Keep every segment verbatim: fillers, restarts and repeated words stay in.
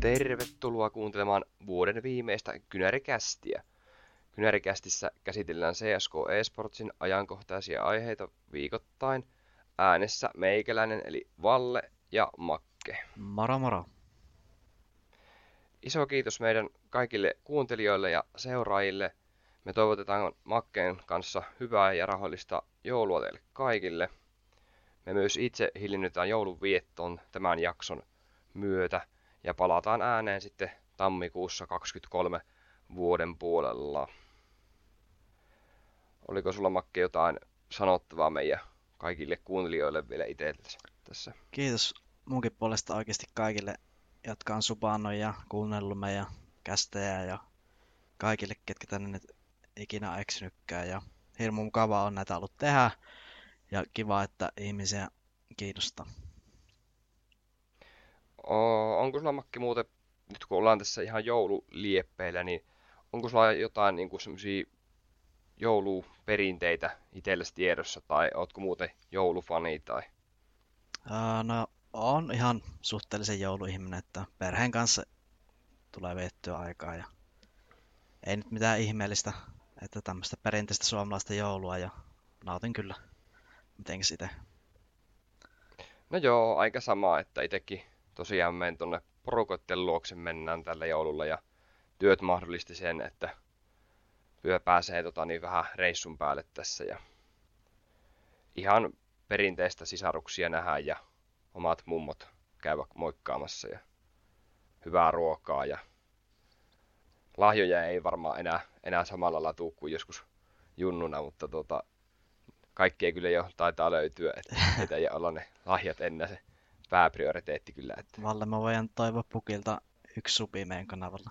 Tervetuloa kuuntelemaan vuoden viimeistä Kynärikästiä. Kynärikästissä käsitellään C S K eSportsin ajankohtaisia aiheita viikoittain. Äänessä meikäläinen eli Valle ja Makke. Moro moro. Iso kiitos meidän kaikille kuuntelijoille ja seuraajille. Me toivotetaan Makkeen kanssa hyvää ja rauhallista joulua teille kaikille. Me myös itse hiljennytään joulun viettoon tämän jakson myötä ja palataan ääneen sitten tammikuussa kaksikymmentäkolme vuoden puolella. Oliko sulla, Makke, jotain sanottavaa meidän kaikille kuuntelijoille vielä itsellesi tässä? Kiitos munkin puolesta oikeasti kaikille, jotka on subannut ja kuunnellut meidän kästejä ja kaikille, ketkä tänne nyt ikinä on eksynytkään. Ja hirmu mukavaa on näitä ollut tehdä ja kiva, että ihmisiä kiinnostaa. O- onko sulla, Makke, muuten, nyt kun ollaan tässä ihan joululieppeillä, niin onko sulla jotain niin kuin semmoisia jouluperinteitä itsellesi tiedossa, tai ootko muuten joulufani? Tai... Ää, no, on ihan suhteellisen jouluihminen, että perheen kanssa tulee viettyä aikaa ja ei nyt mitään ihmeellistä, että tämmöistä perinteistä suomalaista joulua ja nautin kyllä. Mitenkäs itse? No joo, aika sama, että itsekin tosiaan menen tonne porukoitten luokse mennään tällä joululla ja työt mahdollisti sen, että pyö pääsee tota, niin vähän reissun päälle tässä ja ihan perinteistä sisaruksia nähdään ja omat mummot käyvät moikkaamassa ja hyvää ruokaa ja lahjoja ei varmaan enää, enää samalla lailla tuu kuin joskus junnuna, mutta tota, kaikkea kyllä jo taitaa löytyä, että ei taida olla ne lahjat enää se pääprioriteetti kyllä. Että... Valle, mä voin toivoa pukilta yksi supi meidän kanavalla.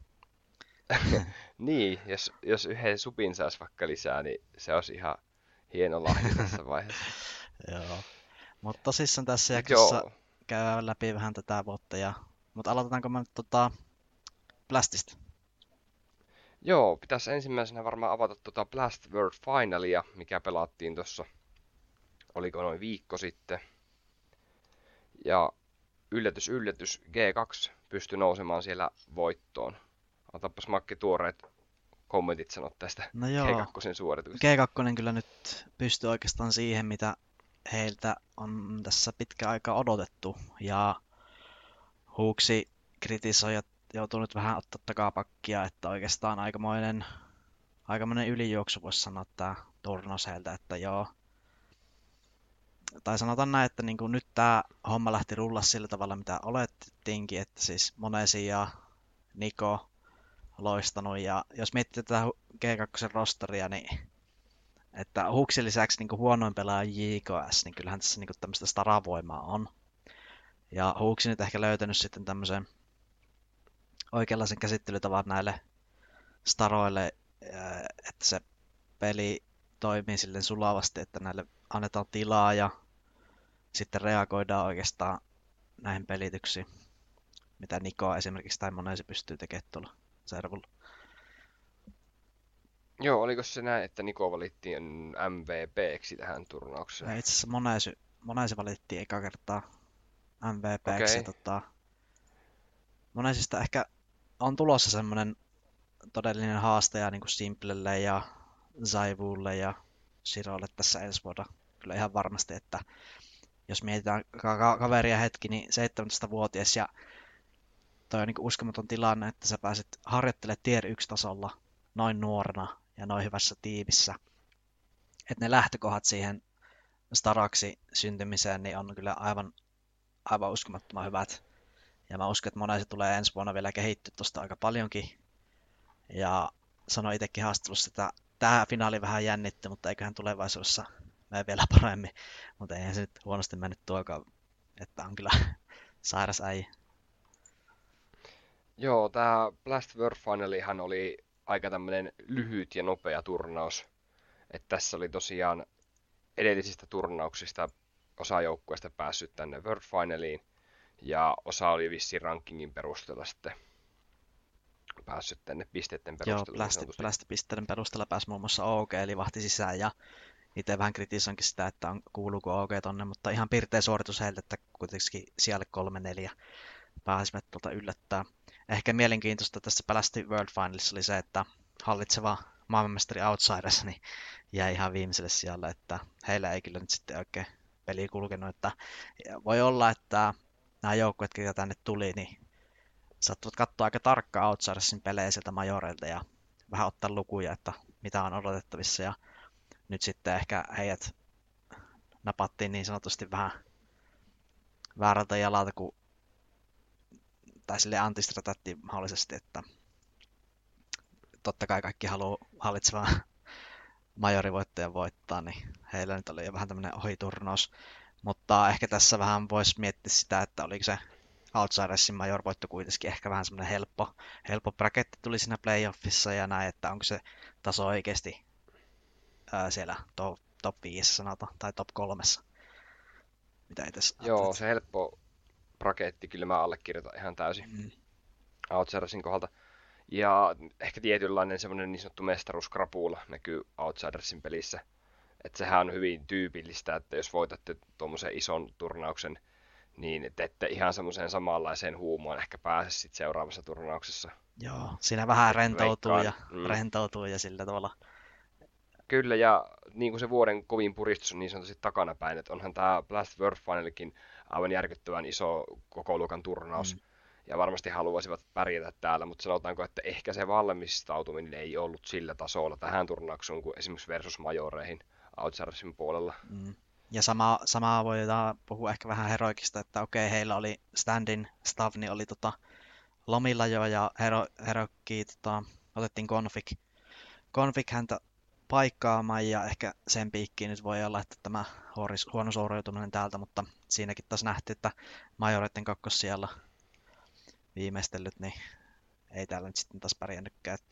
Niin, jos, jos yhden supin saisi vaikka lisää, niin se olisi ihan hieno lahja tässä vaiheessa. Joo. Mutta tosissaan tässä jaksossa Joo. käydään läpi vähän tätä vuotta. Ja... Mutta aloitetaanko me nyt tota Blastista? Joo, pitäisi ensimmäisenä varmaan avata tuota Blast World Finalia, mikä pelattiin tuossa, oliko noin viikko sitten. Ja yllätys, yllätys, G kaksi pystyi nousemaan siellä voittoon. Otapas, Makke, tuoreet kommentit sanoa tästä No joo, G kaksi suorituksesta. G kaksi kyllä nyt pystyy oikeastaan siihen, mitä heiltä on tässä pitkä aika odotettu. Ja Huuksi kritisoi ja joutuu nyt vähän ottaa takapakkia, että oikeastaan aikamoinen, aikamoinen ylijuoksu voisi sanoa tämä turnaus heiltä, että joo. Tai sanotaan näin, että niin kuin nyt tämä homma lähti rullaa sillä tavalla, mitä olettiinkin, että siis Monesi ja Niko loistanut. Ja jos miettii tätä G kaksi rosteria, niin että Huuksin lisäksi niin kuin huonoin pelaaja J K S, niin kyllähän tässä niin kuin tämmöistä staravoimaa on. Ja Huuksi nyt ehkä löytänyt sitten tämmöisen oikeanlaisen käsittelytavan näille staroille, että se peli toimii silleen sulavasti, että näille annetaan tilaa ja sitten reagoidaan oikeastaan näihin pelityksiin, mitä Niko esimerkiksi tai Monesi pystyy tekemään tuolla servulla. Joo, oliko se näin, että Niko valittiin M V P:ksi tähän turnaukseen? Ja itse asiassa Monesi, Monesi valittiin eka kertaa M V P:ksi. Okei. Tota, Monesista ehkä on tulossa semmoinen todellinen haastaja niin kuin Simplelle ja Zaivulle ja Sirolle tässä ensi vuonna. Kyllä ihan varmasti, että jos mietitään ka- ka- kaveria hetki, niin seitsemäntoistavuotias ja toi on niin kuin uskomaton tilanne, että sä pääset harjoittelemaan tier yksi tasolla noin nuorena ja noin hyvässä tiimissä. Että ne lähtökohdat siihen staraksi syntymiseen niin on kyllä aivan, aivan uskomattoman hyvät. Ja mä uskon, että Monesi tulee ensi vuonna vielä kehittyä tuosta aika paljonkin. Ja sanoin itsekin haastattelussa, että tämä finaali vähän jännitti, mutta eiköhän tulevaisuudessa mene vielä paremmin. Mutta eihän se nyt huonosti mennyt tuokaan, että on kyllä sairas äijä. Joo, tämä Blast World Finalihan oli aika tämmöinen lyhyt ja nopea turnaus. Että tässä oli tosiaan edellisistä turnauksista osa joukkueesta päässyt tänne World Finaliin. Ja osa oli vissiin rankingin perusteella sitten päässyt tänne pisteiden Joo, perusteella. niin plasti, sanotusti. plastipisteiden perusteella pääsi muun muassa O G, eli vahti sisään, ja itse vähän kritisoinkin sitä, että on, kuuluuko O G tonne, mutta ihan pirteä suoritus heiltä, että kuitenkin siellä kolme neljä. pääsivät tuolta yllättää. Ehkä mielenkiintoista tässä Pelästi World Finalissa oli se, että hallitseva maailmanmestari Outsiders niin jäi ihan viimeiselle sijalle, että heillä ei kyllä nyt sitten oikein peli kulkenut. Että voi olla, että nämä joukkueet, jotka tänne tuli, niin saattavat katsoa aika tarkkaan Outsidersin pelejä sieltä majoreilta ja vähän ottaa lukuja, että mitä on odotettavissa. Ja nyt sitten ehkä heidät napattiin niin sanotusti vähän väärältä jalalta, kun, tai sille antistratattiin mahdollisesti, että totta kai kaikki haluaa hallitsevan majorivoittajan voittaa, niin heillä nyt oli jo vähän tämmöinen ohiturnaus. Mutta ehkä tässä vähän voisi miettiä sitä, että oliko se Outsidersin major-voitto kuitenkin ehkä vähän semmoinen helppo, helppo braketti tuli siinä playoffissa ja näin, että onko se taso oikeasti ää, siellä top, top viisi sanotaan, tai top kolmessa. Mitä itse Joo, se helppo braketti kyllä mä allekirjoitan ihan täysin mm. Outsidersin kohdalta. Ja ehkä tietynlainen semmoinen niin sanottu mestaruuskrapuula näkyy Outsidersin pelissä. Että sehän on hyvin tyypillistä, että jos voitatte tuommoisen ison turnauksen, niin te ette ihan semmoiseen samanlaiseen huumaan ehkä pääse sitten seuraavassa turnauksessa. Joo, siinä vähän rentoutuu Veikkaan, ja, mm. rentoutuu ja sillä tavalla. Kyllä, ja niin kuin se vuoden kovin puristus on niin sanotusti takanapäin, että onhan tämä Blast World Finalikin aivan järkyttävän iso kokoluokan turnaus. Mm. Ja varmasti haluaisivat pärjätä täällä, mutta sanotaanko, että ehkä se valmistautuminen ei ollut sillä tasolla tähän turnaukseen kuin esimerkiksi versus majoreihin Outsidersin puolella. Mm. Ja sama, samaa voidaan puhua ehkä vähän Heroikista, että okei, heillä oli Standin, Stavni oli tota lomilla jo ja Hero, Heroikki tota, otettiin Config, Config häntä paikkaamaan ja ehkä sen piikkiin nyt voi olla, että tämä huono suoriutuminen täältä, mutta siinäkin taas nähtiin, että majoreiden kakkossijalla viimeistellyt, niin ei täällä nyt sitten taas pärjännytkään, että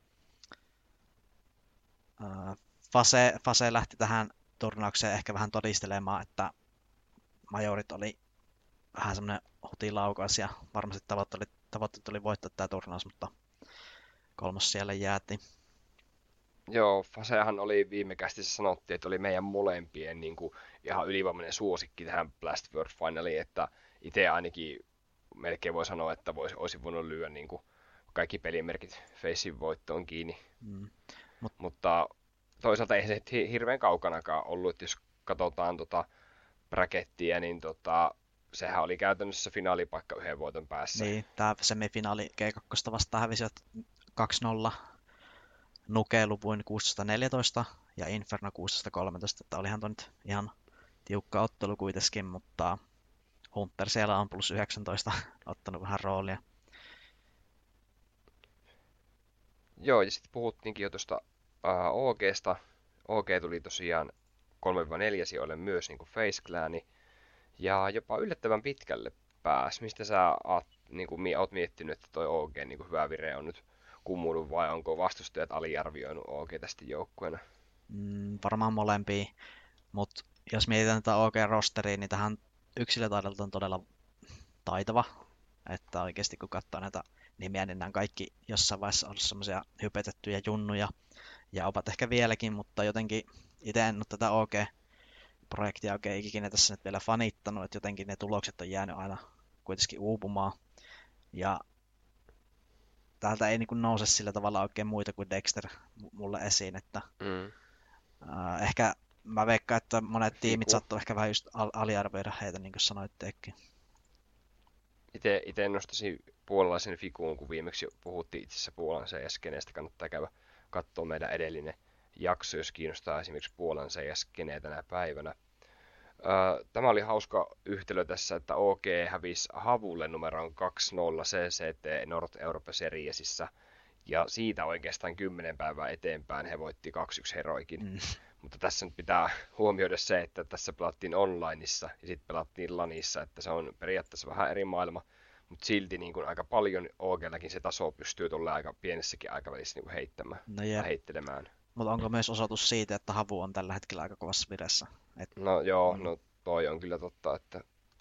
uh, Fase, Fase lähti tähän turnaukseen ehkä vähän todistelemaan, että majorit oli vähän semmoinen hutilaukas ja varmasti tavoitteet oli, tavoitteet oli voittaa tämä turnaus, mutta kolmos siellä jäätiin. Joo, Fasehan oli viime kästissä sanottiin, että oli meidän molempien niin kuin, ihan ylivoimainen suosikki tähän Blast World Finaliin, että itse ainakin melkein voi sanoa, että vois, olisi voinut lyödä niin kuin, kaikki pelimerkit Facein voittoon kiinni. Mm. Mut... Mutta toisaalta ei se hirveän kaukanakaan ollut, että jos katsotaan tota brackettia, niin tota, sehän oli käytännössä finaalipaikka yhden voiton päässä. Niin, tämä semifinaali G kaksi vastaan hävisivät kaksi nolla. Nuke luvuin kuusitoista neljätoista ja Inferno kuusitoista kolmetoista, että olihan tuo nyt ihan tiukka ottelu kuitenkin, mutta Hunter siellä on plus yhdeksäntoista ottanut vähän roolia. Joo, ja sitten puhuttiinkin jo tuosta uh, O G:sta. O G tuli tosiaan kolme neljä sijoille myös niin kuin Face Clani, ja jopa yllättävän pitkälle pääsi. Mistä sä oot, niin kuin, oot miettinyt, että toi O G niin kuin hyvä vire on nyt kummunut, vai onko vastustajat aliarvioinut O G tästä joukkueena? Mm, varmaan molempia, mutta jos mietitään tätä O G-rosteria, niin tähän yksilötaidolta on todella taitava. Että oikeasti kun katsoo näitä nimiä, niin nämä kaikki jossain vaiheessa ollut semmoisia hypetettyjä junnuja. Ja ovat ehkä vieläkin, mutta jotenkin itse en ole tätä O G-projektia oikein ikinä tässä nyt vielä fanittanut, että jotenkin ne tulokset on jäänyt aina kuitenkin uupumaan. Ja täältä ei niin kuin nouse sillä tavalla oikein muita kuin Dexter mulle esiin, että mm. äh, ehkä mä veikkaan, että monet tiimit saattoi ehkä vähän just al- aliarvioida heitä, niin kuin sanoitteekin. Itse, itse nostaisin puolalaisen Fikuun, kun viimeksi puhuttiin itse asiassa Puolan C S-skeneestä. Kannattaa käydä katsoa meidän edellinen jakso, jos kiinnostaa esimerkiksi Puolan C S-skenee tänä päivänä. Tämä oli hauska yhtälö tässä, että O G hävisi Havulle numeroon kaksi nolla C C T North Europa Seriesissa. Ja siitä oikeastaan kymmenen päivää eteenpäin he voitti kaksi yksi Heroikin. Mm. Mutta tässä nyt pitää huomioida se, että tässä pelattiin onlineissa ja sitten pelattiin LANissa, että se on periaatteessa vähän eri maailma. Mutta silti niin kuin aika paljon O G:lläkin se taso pystyy tuolla aika pienessäkin aikavälissä niin kuin heittämään no ja heittelemään. Mutta onko myös osoitus siitä, että Havu on tällä hetkellä aika kovassa viressä? Et... No joo, no toi on kyllä totta, että,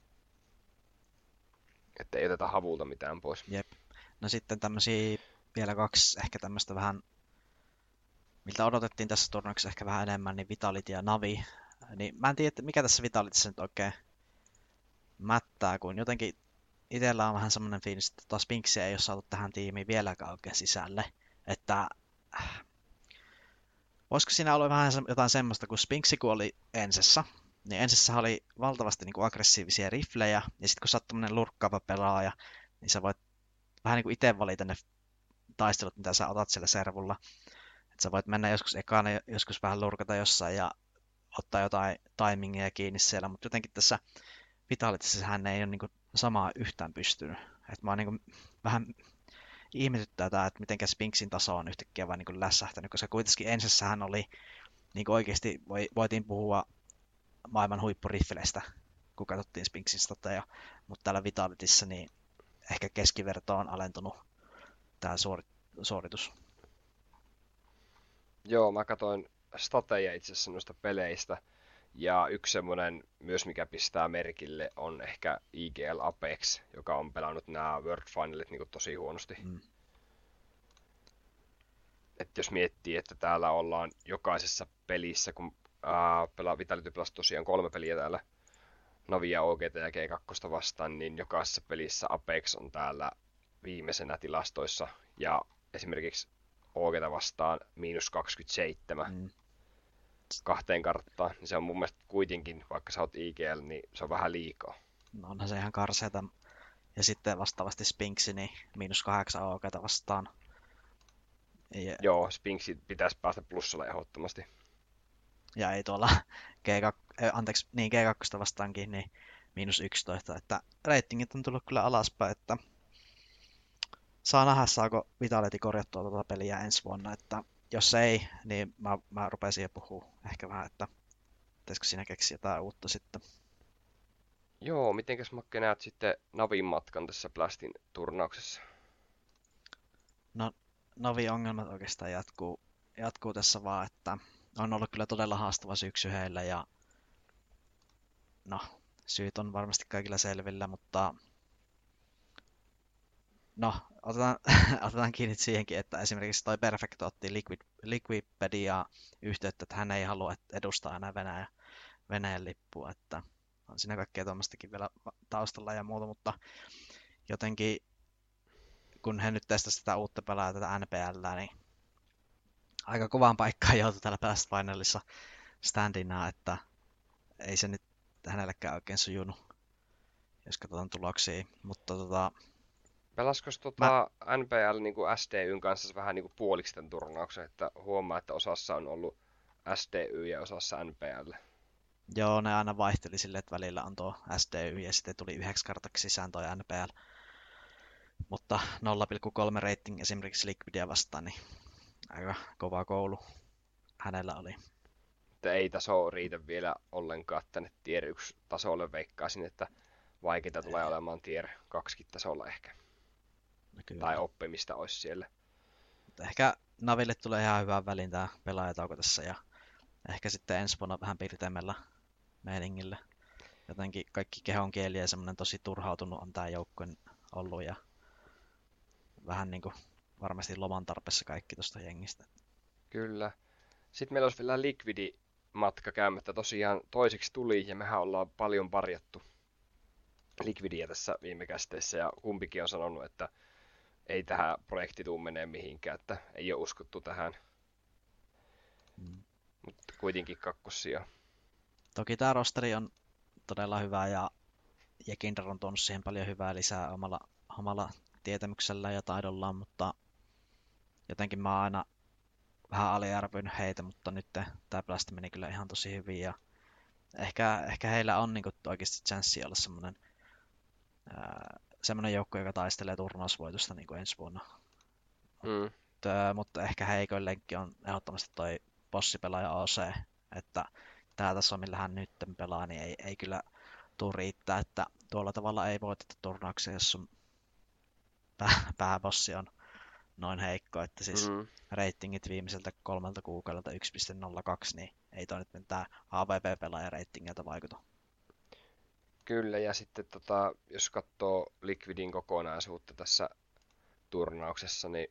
että ei oteta Havulta mitään pois. Jep. No sitten tämmöisiä vielä kaksi ehkä tämmöistä vähän, miltä odotettiin tässä turnauksessa ehkä vähän enemmän, niin Vitality ja Navi. Niin mä en tiedä, mikä tässä Vitalitissa nyt oikein mättää, kun jotenkin itellä on vähän semmoinen fiilis, että tota Spinksiä ei ole saatu tähän tiimiin vieläkään oikein sisälle. Että äh, voisiko siinä olla vähän jotain semmoista, kun Spinksi kun oli ensessä, niin ensessä oli valtavasti niin kuin aggressiivisia riflejä, ja sitten kun sä oot tämmönen lurkkaava pelaaja, niin sä voit vähän niin kuin itse valita ne taistelut, mitä sä otat siellä servulla. Että sä voit mennä joskus ekana, joskus vähän lurkata jossain ja ottaa jotain timingia kiinni siellä, mutta jotenkin tässä Vitalitissa hän ei ole niin kuin samaa yhtään pystynyt. Että mä oon niin kuin vähän ihmetyttää tää, että miten Spinksin taso on yhtäkkiä vaan niin kuin lässähtänyt, koska kuitenkin ensissähän oli niin kuin oikeasti voi, voitiin puhua maailman huippuriffeleistä, kun katsottiin Spinksista, ja, mutta täällä Vitalitissa niin ehkä keskiverto on alentunut tämä suori, suoritus. Joo, mä katsoin stateja itse asiassa noista peleistä. Ja yksi semmonen myös, mikä pistää merkille, on ehkä I G L Apex, joka on pelannut nämä World Finalit niin tosi huonosti. Mm. Et jos miettii, että täällä ollaan jokaisessa pelissä, kun ää, pelaa, Vitality pelasi tosiaan kolme peliä täällä Navia, O G T ja G kaksi vastaan, niin jokaisessa pelissä Apex on täällä viimeisenä tilastoissa. Ja esimerkiksi O G T vastaan miinus kaksikymmentäseitsemän. Mm. kahteen karttaan, niin se on mun mielestä kuitenkin, vaikka sä oot I G L, niin se on vähän liikaa. No onhan se ihan karseeta. Ja sitten vastaavasti Spinksi, niin miinus kahdeksan O G:tä vastaan. Ja... Joo, Spinksi pitäisi päästä plussalle ehdottomasti. Ja ei tuolla G kaksi, anteeksi, niin G kaksi vastaankin, niin miinus yksitoista. Että ratingit on tullut kyllä alaspäin, että saa nähdä, saako Vitality korjattua tuota peliä ensi vuonna, että jos ei, niin mä, mä rupesin jo puhua ehkä vähän, että pitäisikö siinä keksiä jotain uutta sitten. Joo, mitenkäs Makke näet sitten Navin matkan tässä Blastin turnauksessa? No, Navin ongelmat oikeastaan jatkuu, jatkuu tässä vaan, että on ollut kyllä todella haastava syksy heillä ja no, syyt on varmasti kaikilla selvillä, mutta no, otetaan, otetaan kiinni siihenkin, että esimerkiksi toi Perfect otti Liquid, Liquipedia yhteyttä, että hän ei halua edustaa enää Venäjä, Venäjän lippua, että on siinä kaikkea tuommoistakin vielä taustalla ja muuta, mutta jotenkin kun he nyt testasivat tätä uutta pelaajaa, tätä N P L, niin aika kovaan paikkaan joutui täällä Blast Finalissa standina, että ei se nyt hänellekään oikein sujunut, jos katsotaan tuloksia, mutta tota Pelasko tota mä... N P L niin kuin S D Y:n kanssa vähän niin kuin puoliksi tämän turnauksen, että huomaa, että osassa on ollut S D Y ja osassa N P L? Joo, ne aina vaihteli silleen, että välillä on tuo S D Y ja sitten tuli yhdeksi kartaksi sisään tuo N P L. Mutta nolla pilkku kolme rating esimerkiksi Liquidia vastaan, niin aika kova koulu hänellä oli. Että ei taso riitä vielä ollenkaan tänne tier yksi tasolle, veikkaisin, että vaikeita tulee olemaan tier kaksi tasolla ehkä. No tai oppimista olisi siellä. Mutta ehkä Naville tulee ihan hyvää väliin tämä pelaajatauko tässä ja ehkä sitten ensi vuonna vähän pirteämmällä meiningillä. Jotenkin kaikki kehon kieli ja semmoinen tosi turhautunut on tämä joukko ollut ja vähän niin kuin varmasti loman tarpeessa kaikki tuosta jengistä. Kyllä. Sitten meillä olisi vielä Liquidi matka käymättä. Tosiaan toiseksi tuli ja mehän ollaan paljon parjattu Liquidia tässä viime kästeissä ja kumpikin on sanonut, että ei tähän projekti tule menee mihinkään, että ei ole uskottu tähän. Mm. Mutta kuitenkin kakkosia. Toki tämä rosteri on todella hyvä ja, ja Kindred on tuonut siihen paljon hyvää lisää omalla, omalla tietämyksellä ja taidollaan, mutta jotenkin mä oon aina vähän aliarvioinut heitä, mutta nyt tämä Blast meni kyllä ihan tosi hyvin ja ehkä, ehkä heillä on niin kuin oikeasti chanssi olla semmoinen ää, semmoinen joukko, joka taistelee turnausvoitosta niin kuin ensi vuonna. Mm. Tö, mutta ehkä heikoin lenkki on ehdottomasti toi bossipelaaja O C, että tämä taso, millä hän nyt pelaa, niin ei, ei kyllä tule riittää, että tuolla tavalla ei voiteta turnauksia, jos sun pää, pääbossi on noin heikko, että siis mm. ratingit viimeiseltä kolmelta kuukaudelta yksi pilkku nolla kaksi, niin ei toi nyt mitään A V P-pelaajan ratingilta vaikuta. Kyllä, ja sitten tota, jos katsoo Liquidin kokonaisuutta tässä turnauksessa, niin,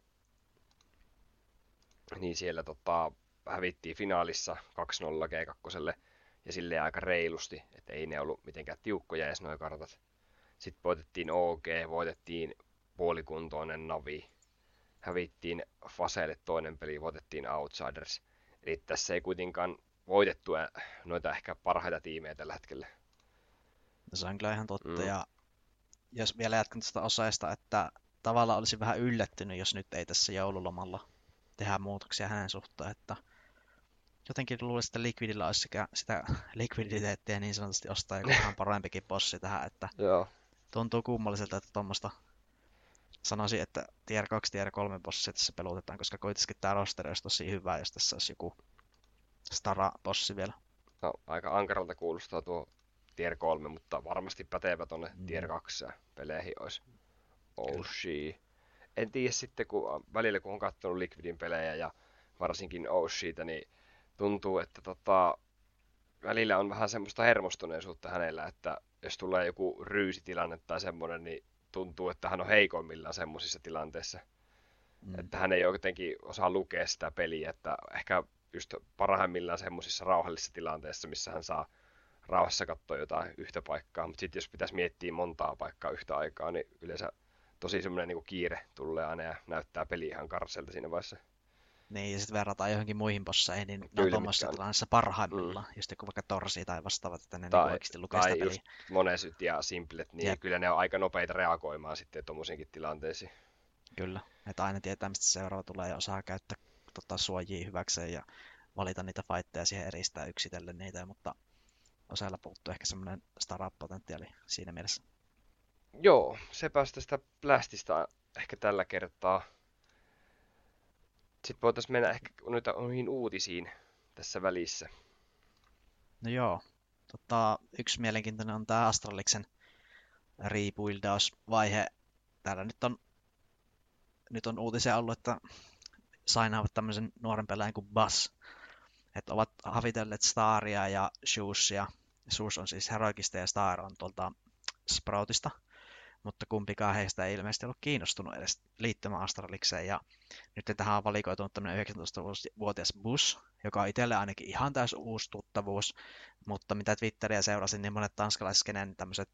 niin siellä tota, hävittiin finaalissa kaksi nolla G kaksi ja silleen aika reilusti, että ei ne ollut mitenkään tiukkoja edes nuo kartat. Sitten voitettiin O G, voitettiin puolikuntoinen Navi. Hävittiin Faselle toinen peli, voitettiin Outsiders. Eli tässä ei kuitenkaan voitettu noita ehkä parhaita tiimejä tällä hetkellä. No se on kyllä ihan totta. Mm. Ja jos vielä jatkan tästä osaista, että tavallaan olisi vähän yllättynyt, jos nyt ei tässä joululomalla tehdä muutoksia hänen suhteen, että jotenkin luulisin, että Liquidillä olisi sekä sitä likviditeettiä niin sanotusti ostaa joku vähän parempikin bossi tähän, että Joo. tuntuu kummalliselta, että tuommoista sanoisin, että tier kaksi, tier kolme bossia tässä pelutetaan, koska kuitenkin tämä rosteri olisi tosi hyvä, jos tässä olisi joku Stara-bossi vielä. No, aika ankaralta kuulostaa tuo tier kolme, mutta varmasti pätevä tonne Mm. tier kaksi peleihin olisi. Kyllä. Oh shit. En tiedä sitten, kun välillä kun on katsonut Liquidin pelejä ja varsinkin Oshita, niin tuntuu, että tota, välillä on vähän semmoista hermostuneisuutta hänellä, että jos tulee joku ryysitilanne tai semmoinen, niin tuntuu, että hän on heikoimmillaan semmoisissa tilanteissa. Mm. Että hän ei oikeinkin osaa lukea sitä peliä, että ehkä just parhaimmillaan semmoisissa rauhallisissa tilanteissa, missä hän saa rauhassa katsoa jotain yhtä paikkaa, mutta sitten jos pitäisi miettiä montaa paikkaa yhtä aikaa, niin yleensä tosi semmoinen niin kiire tulee aina ja näyttää peli ihan karselta siinä vaiheessa. Niin, ja sitten verrataan johonkin muihin bosseihin, niin ne on Kyllä tuommoisessa mitkään. tilanteessa parhaimmillaan. Just joku vaikka Torsi tai vastaavat, että ne Tai- niinku oikeasti lukee Tai sitä just peliä. monesyt ja simplet, niin Jep. kyllä ne on aika nopeita reagoimaan sitten tommosiinkin tilanteisiin. Kyllä, että aina tietää, mistä seuraava tulee ja osaa käyttää tota, suojia hyväkseen ja valita niitä fightteja siihen eristää yksitellen niitä, mutta osailla puuttuu ehkä semmoinen startup-potentiaali siinä mielessä. Joo, sepä sitä Blastista ehkä tällä kertaa. Sitten voitaisiin mennä ehkä noita noihin uutisiin tässä välissä. No joo, tota, yksi mielenkiintoinen on tämä Astraliksen rebuildausvaihe. Täällä nyt on, nyt on uutisia ollut, että sainaavat tämmöisen nuoren pelaajan kuin Buzz. Että ovat havitelleet Staria ja Shoesia. Shoes on siis Heroikista ja Star on tuolta Sproutista. Mutta kumpikaan heistä ei ilmeisesti ollut kiinnostunut edes liittymään Astralikseen. Ja nyt tähän on valikoitunut tämmöinen yhdeksäntoistavuotias Bus, joka on itselle ainakin ihan täys uusi tuttavuus. Mutta mitä Twitteriä seurasin, niin monet tanskalaiskenen tämmöiset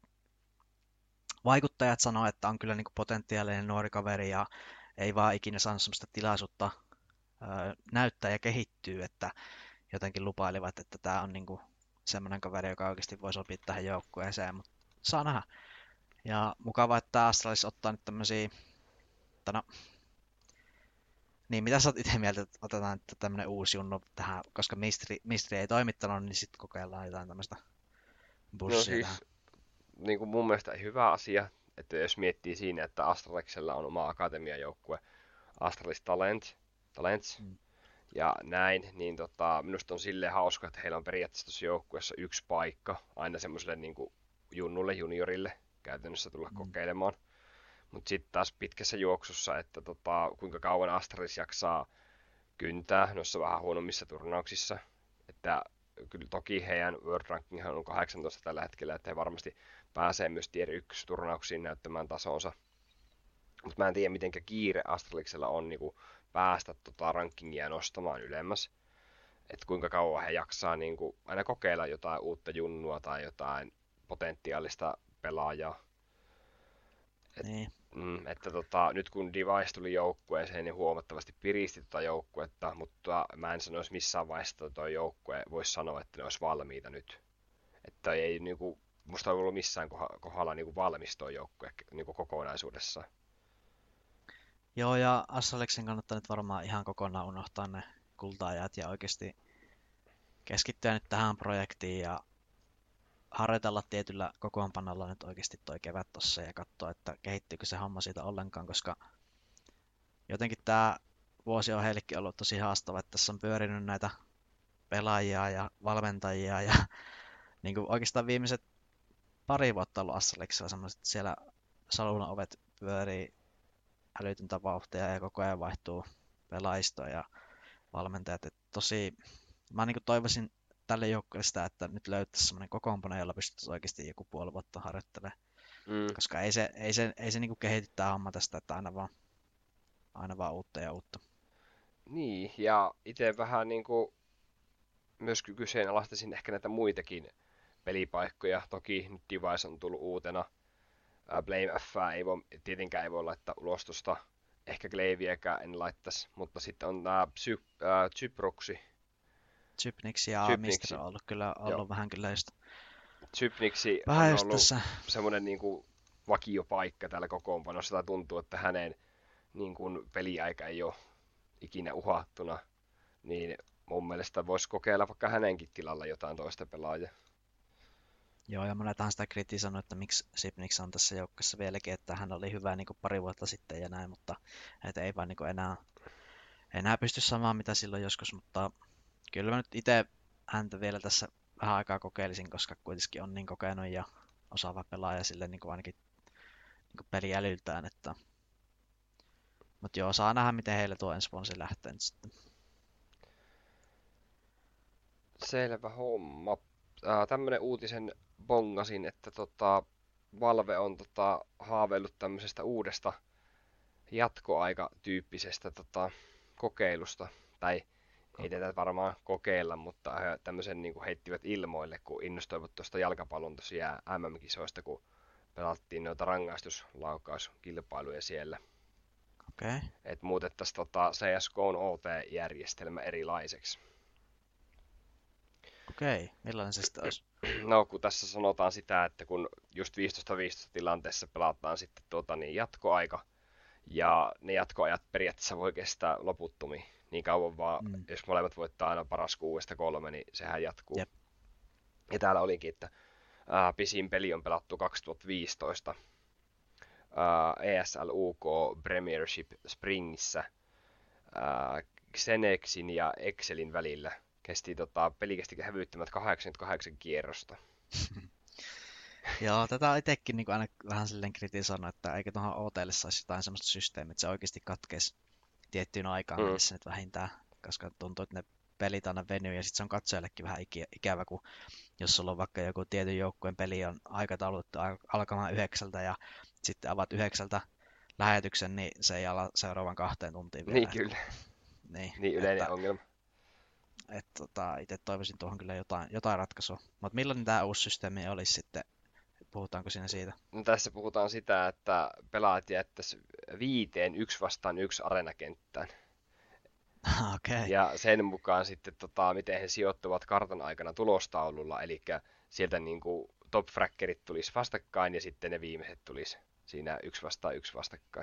vaikuttajat sanoo, että on kyllä niin kuin potentiaalinen nuori kaveri ja ei vaan ikinä saanut semmoista tilaisuutta ö, näyttää ja kehittyä, että jotenkin lupailivat, että tämä on niin kuin semmoinen kaveri, joka oikeasti voi sopia tähän joukkueeseen, mutta saa nähdä. Ja mukavaa, että Astralis ottaa nyt tämmöisiä, että no, niin mitä sä oot itse mieltä, että otetaan nyt tämmönen uusi junnu tähän, koska Mistri, Mistri ei toimittanut, niin sitten kokeillaan jotain tämmöistä No bussia tähän. siis, niin kuin mun mielestä hyvä asia, että jos miettii siinä, että Astraliksella on oma akatemiajoukkue, Astralis Talent, Talents, Mm. ja näin, niin tota, minusta on silleen hauska, että heillä on periaatteessa tuossa joukkueessa yksi paikka aina semmoiselle niin kuin junnulle, juniorille käytännössä tulla Mm. kokeilemaan. Mutta sitten taas pitkässä juoksussa, että tota, kuinka kauan Astralis jaksaa kyntää noissa vähän huonommissa turnauksissa. Että kyllä toki heidän World Ranking on kahdeksantoista tällä hetkellä, että he varmasti pääsee myös Tier yksi turnauksiin näyttämään tasonsa. Mutta mä en tiedä, miten kiire Astraliksella on niinku päästä tota rankingia nostamaan ylemmäs. Että kuinka kauan he jaksaa niinku aina kokeilla jotain uutta junnua tai jotain potentiaalista pelaajaa. Et, Niin. mm, että tota, nyt kun Device tuli joukkueeseen, niin huomattavasti piristi tota joukkuetta, mutta mä en sanoisi missään vaiheessa, että tuo joukkue voisi sanoa, että ne olisi valmiita nyt. Että ei niinku, musta ei ollut missään kohdalla niinku valmis tuo joukkue niinku kokonaisuudessaan. Joo, ja Astraliksen kannattaa nyt varmaan ihan kokonaan unohtaa ne kultaajat ja oikeasti keskittyä nyt tähän projektiin ja harjoitella tietyllä kokoonpanolla nyt oikeasti toi kevät tossa ja katsoa, että kehittyykö se homma siitä ollenkaan, koska jotenkin tämä vuosi on heillekin ollut tosi haastava, että tässä on pyörinyt näitä pelaajia ja valmentajia ja niin kuin oikeastaan viimeiset pari vuotta ollut Astraliksella semmoiset, että siellä salunan ovet pyörii älytöntä vauhtia ja koko ajan vaihtuu pelaajistoa ja valmentajat. Et tosi, mä niin kuin toivoisin tälle joukkueelle sitä, että nyt löytäisi semmoinen kokoonpano, jolla pystyttäisiin oikeasti joku puoli vuotta harjoittelemaan. Mm. Koska ei se, ei se, ei se niin kuin kehity tämä homma tästä, että aina vaan, aina vaan uutta ja uutta. Niin, ja itse vähän niinku myös kyseenalaistaisin ehkä näitä muitakin pelipaikkoja. Toki nyt Device on tullut uutena. Ää, Blame F ei voi, tietenkään ei voi laittaa ulos tuosta. Ehkä Glaiviäkään en laittaisi, mutta sitten on nämä Psy, ää, Zyproxy. Zypnix ja Mister Zypnixi, on ollut kyllä joo. ollut vähän kyllä just Zypnixi vähän on just ollut tässä. semmoinen niinku vakiopaikka täällä kokoonpanossa. Tai tuntuu, että hänen niin kuin peliaika ei ole ikinä uhattuna. Niin mun mielestä voisi kokeilla vaikka hänenkin tilalla jotain toista pelaajaa. Joo, ja monethan sitä kritisoinut, että miksi Zypnix on tässä joukkueessa vieläkin, että hän oli hyvä niin kuin pari vuotta sitten ja näin, mutta että ei vaan niin kuin enää, enää pysty samaan mitä silloin joskus, mutta kyllä mä nyt itse häntä vielä tässä vähän aikaa kokeilisin, koska kuitenkin on niin kokenut ja osaava pelaaja sille niin kuin ainakin niin kuin peliälyltään, että mutta joo, saa nähdä miten heille tuo ensi vuonna se lähtee nyt sitten. Selvä homma. Äh, tämmönen uutisen bongasin, että tota, Valve on tota, haaveillut tämmöisestä uudesta jatkoaikatyyppisestä tota, kokeilusta. Tai ei tätä varmaan kokeilla, mutta he tämmöisen niin kuin heittivät ilmoille, kun innostuivat tuosta jalkapallon tosiaan M M-kisoista, kun pelattiin noita rangaistuslaukauskilpailuja siellä. Okei, okay. Että muutettaisiin tota C S G O:n O T-järjestelmä erilaiseksi. okei. Okay. Millainen se sitten olisi? No, kun tässä sanotaan sitä, että kun just viisitoista viisitoista tilanteessa pelataan sitten tuota, niin jatkoaika, ja ne jatkoajat periaatteessa voi kestää loputtomiin niin kauan vaan, Mm. jos molemmat voittaa aina paras kuudesta kolme, niin sehän jatkuu. Jep. Ja täällä olikin, että ää, pisin peli on pelattu kaksituhattaviisitoista ää, E S L U K Premiership Springissä ää, Xenexin ja Excelin välillä. Kesti, tota, peli kesti hävyttömät kahdeksankymmentäkahdeksan kierrosta. Joo, tätä on itsekin niin aina vähän silleen kritisoinut, että eikö tuohon O T:lle saisi jotain semmoista systeemiä, että se oikeasti katkeisi tiettyyn aikaan Mm. mennessä nyt vähintään, koska tuntuu, että ne pelit aina venyy ja sitten se on katsojallekin vähän ikä- ikävä, kun jos sulla on vaikka joku tietyn joukkueen peli on aikataulutettu al- alkamaan yhdeksältä ja sitten avaat yhdeksältä lähetyksen, niin se ei ala seuraavan kahteen tuntiin vielä. Niin kyllä, Niin, niin yleinen että, ongelma. että tota, itse toivoisin tuohon kyllä jotain, jotain ratkaisua. Mutta millainen tämä uusi systeemi olisi sitten? Puhutaanko siinä siitä? No, tässä puhutaan sitä, että pelaajat jättäisi viiteen yksi vastaan yksi areenakenttään. Okei. Okay. Ja sen mukaan sitten, tota, miten he sijoittuvat kartan aikana tulostaululla. Eli sieltä niin kuin top fraggerit tulisi vastakkain ja sitten ne viimeiset tulisi siinä yksi vastaan yksi vastakkain.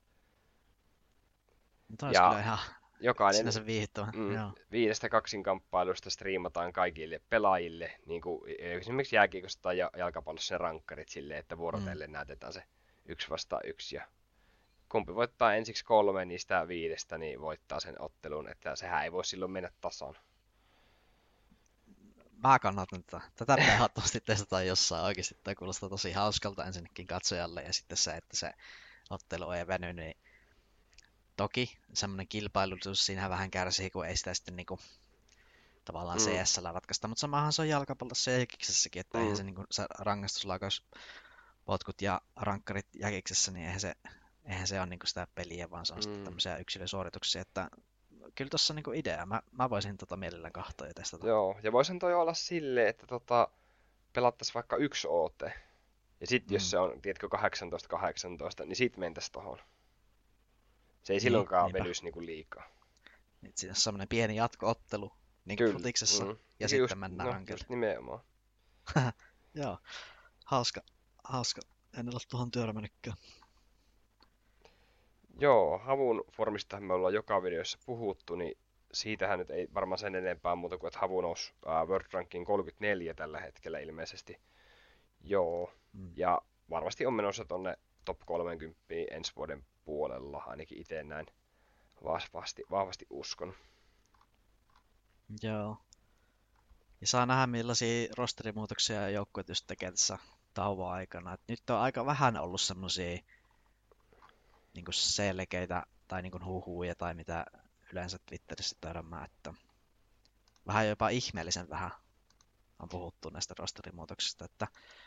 Mutta olisi Ja kyllä ihan jokainen sinänsä viihdyttävä. mm, Joo. viidestä kaksinkamppailusta striimataan kaikille pelaajille, niin kuin esimerkiksi jääkiekossa tai ja- jalkapallossa ne rankkarit silleen, että Mm. vuorotellen näytetään se yksi vastaan yksi. Ja kumpi voittaa ensiksi kolme niistä viidestä, niin voittaa sen ottelun, että sehän ei voi silloin mennä tasan. Mä kannatan tätä. Tätä pitää ehdottomasti testata jossain oikeasti. Tämä kuulostaa tosi hauskalta ensinnäkin katsojalle ja sitten se, että se ottelu ei veny, niin toki semmoinen kilpailullisuus siinä vähän kärsii, kun ei sitä sitten niinku tavallaan Mm, C S:llä ratkaista, mutta samahan se on jalkapallossa ja jäkiksessäkin, että eihän mm, se, niinku, se rangaistuslaukaus, potkut ja rankkarit jäkiksessä, niin eihän se, eihän se ole niinku sitä peliä, vaan se on sitten mm. tämmöisiä yksilösuorituksia, että kyllä tuossa on niinku idea. Mä, mä voisin tota mielellään kahtoa ja testata. Joo, ja voisihan toi olla silleen, että tota, pelattaisiin vaikka yksi O T. Ja sitten jos Mm. se on, tiedätkö, kahdeksantoista kahdeksantoista, niin sitten mentäisiin tohon. Se ei Niin, silloinkaan niinpä. venyisi niinku liikaa. Nyt siinä on semmoinen pieni jatko-ottelu, niin kuin Kyllä. futiksessa, Mm. ja Ja sitten just, mennään no, rankelle. just nimenomaan. Joo, hauska, hauska. En ole tuohon törmännytkään. Joo, Havun formistahan me ollaan joka videossa puhuttu, niin siitähän nyt ei varmaan sen enempää muuta kuin, että Havu nousi ää, World Ranking kolmekymmentäneljä tällä hetkellä ilmeisesti. Joo, Mm. ja varmasti on menossa tonne top kolmekymmentä ensi vuoden puolella, ainakin itse näin vahvasti, vahvasti uskon. Joo. Ja saa nähdä millaisia rosterimuutoksia joukkueet just tekee tässä tauon aikana. Et nyt on aika vähän ollut semmosia niinku selkeitä tai niinku huhuja tai mitä yleensä Twitterissä törmää, että vähän jopa ihmeellisen vähän on puhuttu näistä rosterimuutoksista, että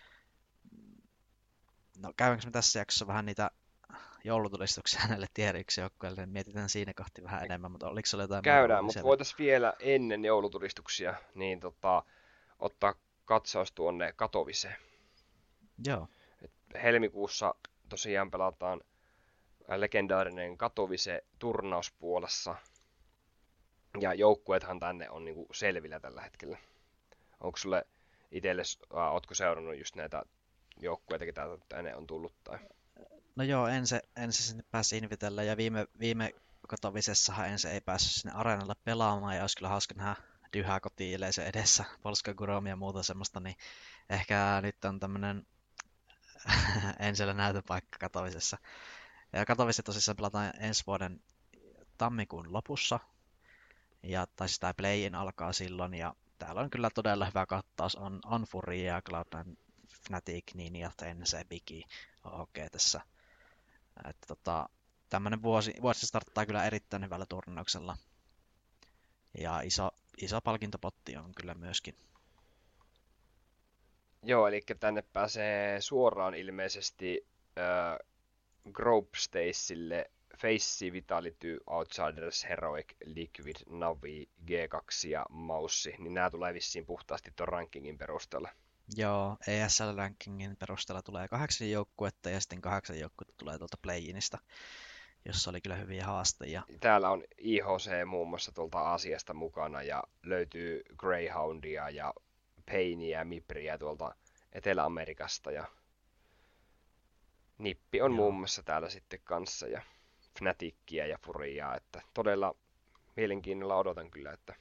no käydäänkö me tässä jaksossa vähän niitä joulutulistuksia näille tier yksi joukkueille, niin mietitään siinä kohti vähän enemmän, mutta oliko sulla jotain muuta Käydään, mutta uutisia? voitaisiin vielä ennen joulutulistuksia niin tota, ottaa katsaus tuonne Katowiceen. Joo, helmikuussa tosiaan pelataan legendaarinen Katowice-turnaus Puolassa. Ja joukkueethan tänne on niinku selvillä tällä hetkellä. Onko sulle itselle, äh, ootko seurannut just näitä joukkueita, ketä tänne on tullut? Tai? No joo, ensin ensin sinne pääsi invitellä ja viime, viime Katowicessahan ensin ei päässyt sinne areenalle pelaamaan ja olisi kyllä hauska nähdä Dyhää koti-yleisö edessä, Polska Grom ja muuta semmoista, niin ehkä nyt on tämmönen ensillä näytöpaikka Katowicessa. Ja Katowice tosissaan pelataan ensi vuoden tammikuun lopussa, ja tai siis tämä play-in alkaa silloin, ja täällä on kyllä todella hyvä kattaus, on, on Furia, cloud nine, Fnatic, Ninja, N C, Bigi, O G tässä. Että tota, tämmönen vuosi, vuosi starttaa kyllä erittäin hyvällä turnauksella. Ja iso, iso palkintopotti on kyllä myöskin. Joo, eli tänne pääsee suoraan ilmeisesti äh, Group Stagelle Face, Vitality, Outsiders, Heroic, Liquid, Navi, G kaksi ja Maussi, niin nämä tulee vissiin puhtaasti tuon rankingin perusteella. Joo, E S L-rankingin perusteella tulee kahdeksan joukkuetta ja sitten kahdeksan joukkuetta tulee tuolta play-inista, jossa oli kyllä hyviä haastajia. Täällä on I H C muun muassa tuolta Aasiasta mukana ja löytyy Greyhoundia ja Painia ja Mipriä tuolta Etelä-Amerikasta ja Nippi on Joo. muun muassa täällä sitten kanssa ja Fnatickia ja Furiaa, että todella mielenkiinnolla odotan kyllä, että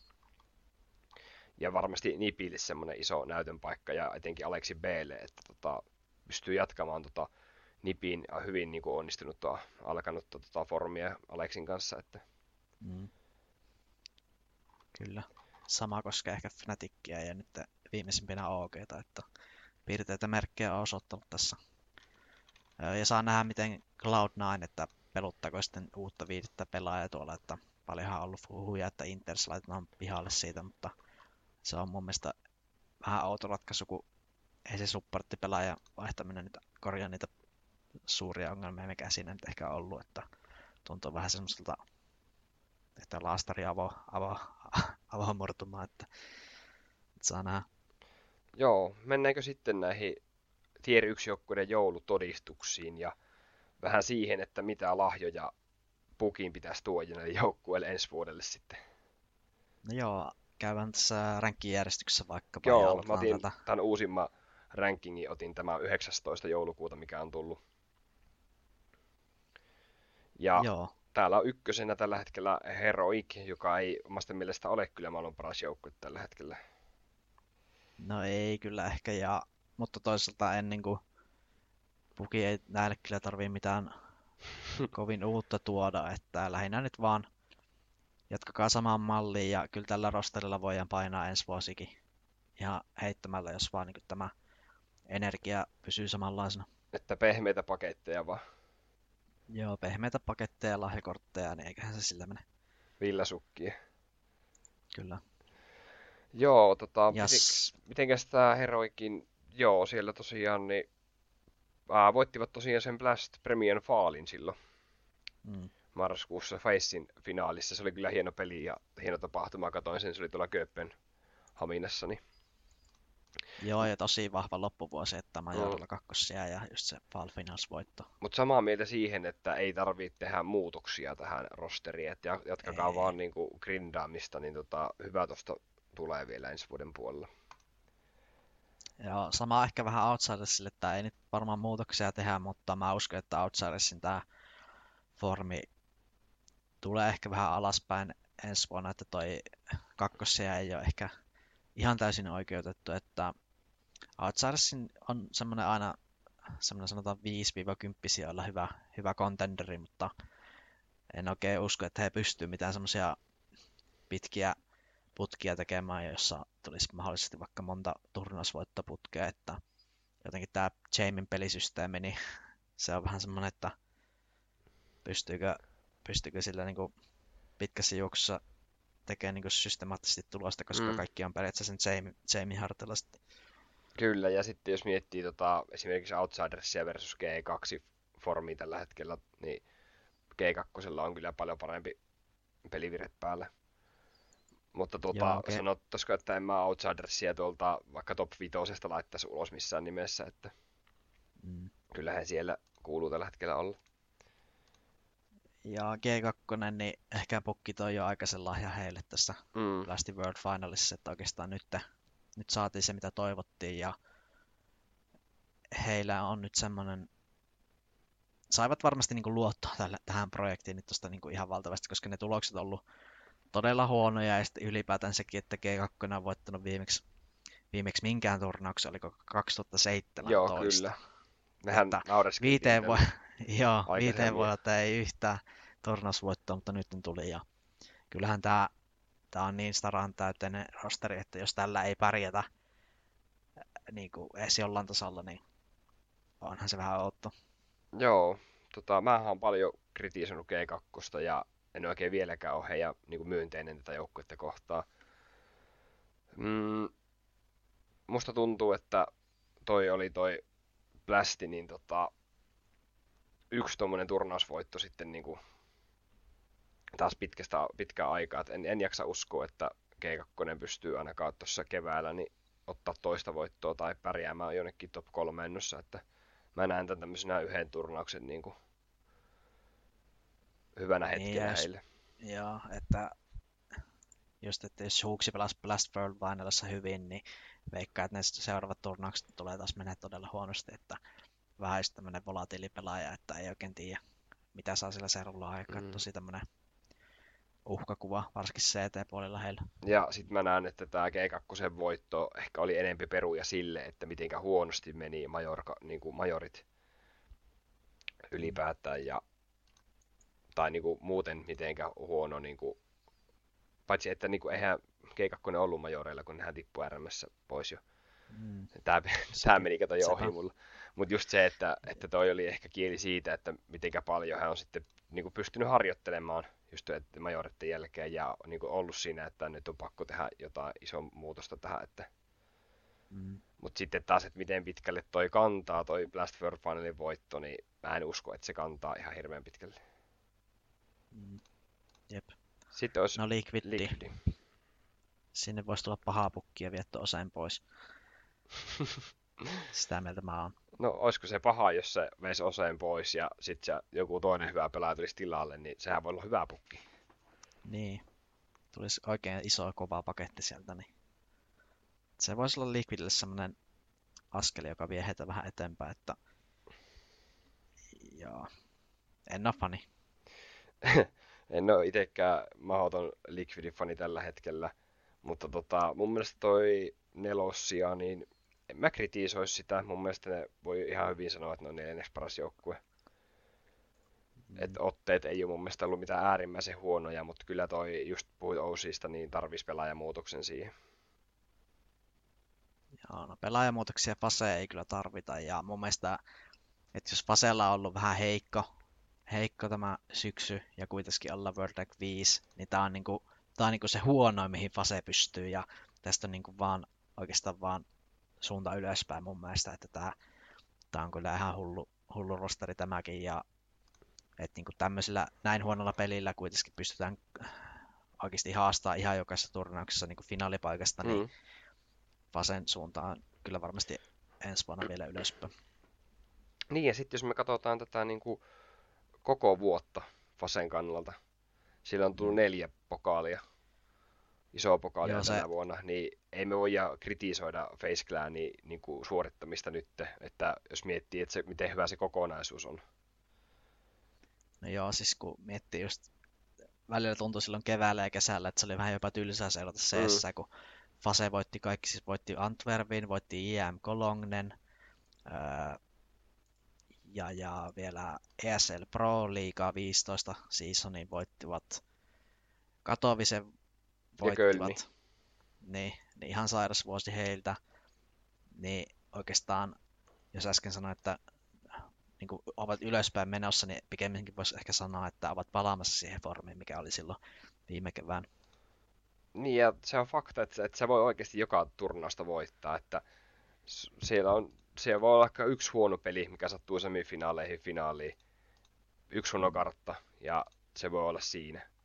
ja varmasti Nipille semmoinen iso näytön paikka ja etenkin Aleksi B:lle, että tota, pystyy jatkamaan tota Nipin hyvin niin kuin onnistunutta alkanutta tota formia Aleksin kanssa, että Mm, kyllä. Sama koskee ehkä Fnatickia ja nyt viimeisimpänä O G:ta, että piirteitä merkkejä on osoittanut tässä. Öö, Ja saa nähdä, miten cloud nine, että peluttaako sitten uutta viidettä pelaajaa tuolla, että paljonhan on ollut huhuja, että Inters laitetaan pihalle siitä, mutta se on mun mielestä vähän outo ratkaisu, kun ei se supporttipelaaja vaihtaminen nyt korjaa niitä suuria ongelmia, mikä siinä nyt ehkä on ollut, että tuntuu vähän semmoiselta, että laastari avo, avo, avomurtumaa, että, että saa nähdä. joo, mennäänkö sitten näihin tier yksi joukkueiden joulutodistuksiin ja vähän siihen, että mitä lahjoja pukin pitäisi tuoda näille joukkueille ensi vuodelle sitten. No joo, käydään tässä rankkijärjestyksessä vaikkapa ja Joo, mä aloitetaan otin täältä. tämän uusimman rankingin, otin tämä yhdeksästoista joulukuuta, mikä on tullut. Ja Joo, täällä on ykkösenä tällä hetkellä Heroic, joka ei omasta mielestä ole kyllä maailman paras joukkue tällä hetkellä. no ei kyllä ehkä, ja, mutta toisaalta en niinku, Puki ei näille kyllä tarvii mitään kovin uutta tuoda, että lähinnä nyt vaan jatkakaa samaan malliin ja kyllä tällä rosterilla voidaan painaa ensi vuosikin ihan heittämällä, jos vaan niin tämä energia pysyy samanlaisena. Että pehmeitä paketteja vaan, Joo, pehmeitä paketteja, lahjakortteja, niin eiköhän se sillä mene. villasukkia. Kyllä. Joo, tota, Ja miten, s- mitenkäs tää Heroicin, joo, siellä tosiaan, niin ää, voittivat tosiaan sen Blast Premium Fallin silloin mm, marraskuussa Facein finaalissa. Se oli kyllä hieno peli ja hieno tapahtuma. Katoin sen, se oli tuolla Kööpenhaminassa. Niin. joo, ja tosi vahva loppuvuosi, että Mm. Majorilla kakkosia ja just se Fall Finals voitto. Mutta samaa mieltä siihen, että ei tarvitse tehdä muutoksia tähän rosteriin. Että ja- jatkakaa Ei. vaan niinku grindaamista, niin tota, hyvä tosta tulee vielä ensi vuoden puolella. Ja sama ehkä vähän Outsidersille, että ei nyt varmaan muutoksia tehdä, mutta mä uskon, että Outsidersin tämä formi tulee ehkä vähän alaspäin ensi vuonna, että toi kakkosia ei ole ehkä ihan täysin oikeutettu, että Outsidersin on semmoinen aina semmoinen sanotaan viisi kymmenen sijoilla hyvä, hyvä contenderi, mutta en oikein usko, että he pystyvät mitään semmoisia pitkiä putkia tekemään, jossa tulisi mahdollisesti vaikka monta turnausvoittoputkea, että jotenkin tämä Jamin pelisysteemi, niin se on vähän semmoinen, että pystyykö, pystyykö sillä niin kuin pitkässä juoksussa tekemään niin kuin systemaattisesti tulosta, koska Mm. kaikki on periaatteessa sen Jamie, Jamie harteilla sitten. Kyllä, ja sitten jos miettii tota, esimerkiksi Outsidersia versus G kaksi formia tällä hetkellä, niin G kaksi on kyllä paljon parempi pelivire päällä. Mutta tuota, Joo, okei. sanottaisiko, että en mä Outsidersia tuolta vaikka top vitosesta laittaisi ulos missään nimessä. Että... Mm. Kyllähän siellä kuuluu tällä hetkellä olla. Ja G kaksi, niin ehkä pukki toi jo aikaisen lahja heille tässä Mm. Blastin World Finalissa, että oikeastaan nyt, nyt saatiin se mitä toivottiin ja heillä on nyt semmoinen, saivat varmasti niin kuin luottoa tälle, tähän projektiin nyt tosta niin kuin ihan valtavasti, koska ne tulokset on ollut todella huonoja ja sitten ylipäätään sekin, että G kaksi on voittanut viimeksi, viimeksi minkään turnauksen, oliko Joo, kaksituhattaseitsemäntoista. kyllä. Mehän Että naureskeltiin viiteen, voi, tälle joo, viiteen aikaisemmin. vuotta ei yhtään turnausvoittoa, mutta nyt tuli ja kyllähän tämä tää on niin staran täyteinen rosteri, että jos tällä ei pärjätä niin kuin edes jollain tasolla, niin onhan se vähän outo. Joo, tota, mähän on paljon kritisoinut G kaksi ja en oikein vieläkään ole heidän niin kuin myönteinen tätä joukkuetta kohtaan. Mm, musta tuntuu, että toi oli toi Blasti, niin tota, yksi tommonen turnausvoitto sitten niin kuin taas pitkästä, pitkää aikaa. Et en, en jaksa uskoa, että G kaksi pystyy ainakaan tuossa keväällä niin ottaa toista voittoa tai pärjäämään jonnekin top kolmennossa. Että mä näen tämän tämmöisenä yhden turnauksen niin kuin hyvänä Niin, ja hetkenä jos, heille. joo, että just, että jos Huuksi pelasi Blast World Finalissa hyvin, niin veikkaa, että ne seuraavat turnaukset tulee taas menee todella huonosti, että vähän just tämmönen volatiilipelaaja, että ei oikein tiedä, mitä saa sillä seuralla aikaa. Mm. Tosi tämmönen uhkakuva, varsinkin C T-puolella heillä. Ja sitten mä näen, että tämä G kaksi voitto ehkä oli enempi peruja sille, että mitenkä huonosti meni majorka, niin kuin majorit Mm. ylipäätään ja tai niin kuin muuten mitenkä huono, niin kuin, paitsi että niin kuin, eihän G kaksi ollut majoreilla, kun nehän tippui R M:ssä pois jo. Mm. Tämä, tämä Sekin, meni kato jo ohi sepä. mulla. Mutta just se, että, että toi oli ehkä kieli siitä, että mitenkä paljon hän on sitten niin kuin pystynyt harjoittelemaan just että majoritten jälkeen ja niin kuin ollut siinä, että nyt on pakko tehdä jotain isoa muutosta tähän. Että... Mm. Mutta sitten taas, että miten pitkälle toi kantaa, toi Blast World Finalin voitto, niin mä en usko, että se kantaa ihan hirveän pitkälle. Mm. Jep. Sitten olisi No Liquidi. Liquidi. Sinne voisi tulla pahaa pukkia vietto osain pois. Sitä mieltä mä oon. No, olisiko se paha, jos se veisi oseen pois ja sitten joku toinen hyvä pelaaja tulisi tilalle, niin sehän voi olla hyvä pukki. Niin. Tulisi oikein iso kova paketti sieltä, niin se voisi olla Liquidille semmoinen askeli, joka vie heitä vähän eteenpäin, että joo. En oo fani. En ole itsekään mahdoton Liquidin-fani tällä hetkellä, mutta tota, mun mielestä toi nelossia, niin en mä kritisoisi sitä. Mun mielestä ne voi ihan hyvin sanoa, että ne on neljänneksi paras joukkue. Mm. Et otteet ei ole mun mielestä ollut mitään äärimmäisen huonoja, mutta kyllä toi, just puhuit Ousista, niin tarvisi pelaajamuutoksen siihen. Joo, no pelaajamuutoksia Fase ei kyllä tarvita, ja mun mielestä, että jos Fasella on ollut vähän heikko, heikko tämä syksy, ja kuitenkin olla World Rank viisi, niin tää on niinku, tää on niinku se huonoin, mihin Fase pystyy, ja tästä on niinku vaan, oikeastaan vaan suunta ylöspäin mun mielestä, että tää, tää on kyllä ihan hullu, hullu rosteri tämäkin, ja että niinku tämmöisellä näin huonolla pelillä kuitenkin pystytään oikeasti haastaa ihan jokaisessa turnauksessa niinku finaalipaikasta, niin Mm. Fasen suuntaan kyllä varmasti ensi vuonna vielä ylöspäin. Niin ja sitten jos me katsotaan tätä niin kuin koko vuotta Fasen kannalta, sillä on tullut Mm. neljä pokaalia, isoa pokaalia Joo, tänä se, vuonna, niin ei me voida kritisoida Face Clanin niin kuin suorittamista nyt, että jos miettii, että se, miten hyvä se kokonaisuus on. no joo, siis kun miettii just, välillä tuntui silloin keväällä ja kesällä, että se oli vähän jopa tylsää seurata Mm. C S, kun Fase voitti kaikki, siis voitti Antwerpin, voitti I M Colognen, öö, ja, ja vielä E S L Pro Liiga viisitoista seasonin voittivat, Katowicen Ja Kölni. voittivat, niin, niin ihan sairas vuosi heiltä, niin oikeastaan, jos äsken sanoin, että niin kuin ovat ylöspäin menossa, niin pikemminkin voisi ehkä sanoa, että ovat palaamassa siihen formiin, mikä oli silloin viime kevään. Niin ja se on fakta, että, että se voi oikeasti joka turnausta voittaa, että s- siellä on, siellä voi olla ehkä yksi huono peli, mikä sattuu semifinaaleihin, finaaliin, yksi huono Mm. kartta, ja se voi olla siinä.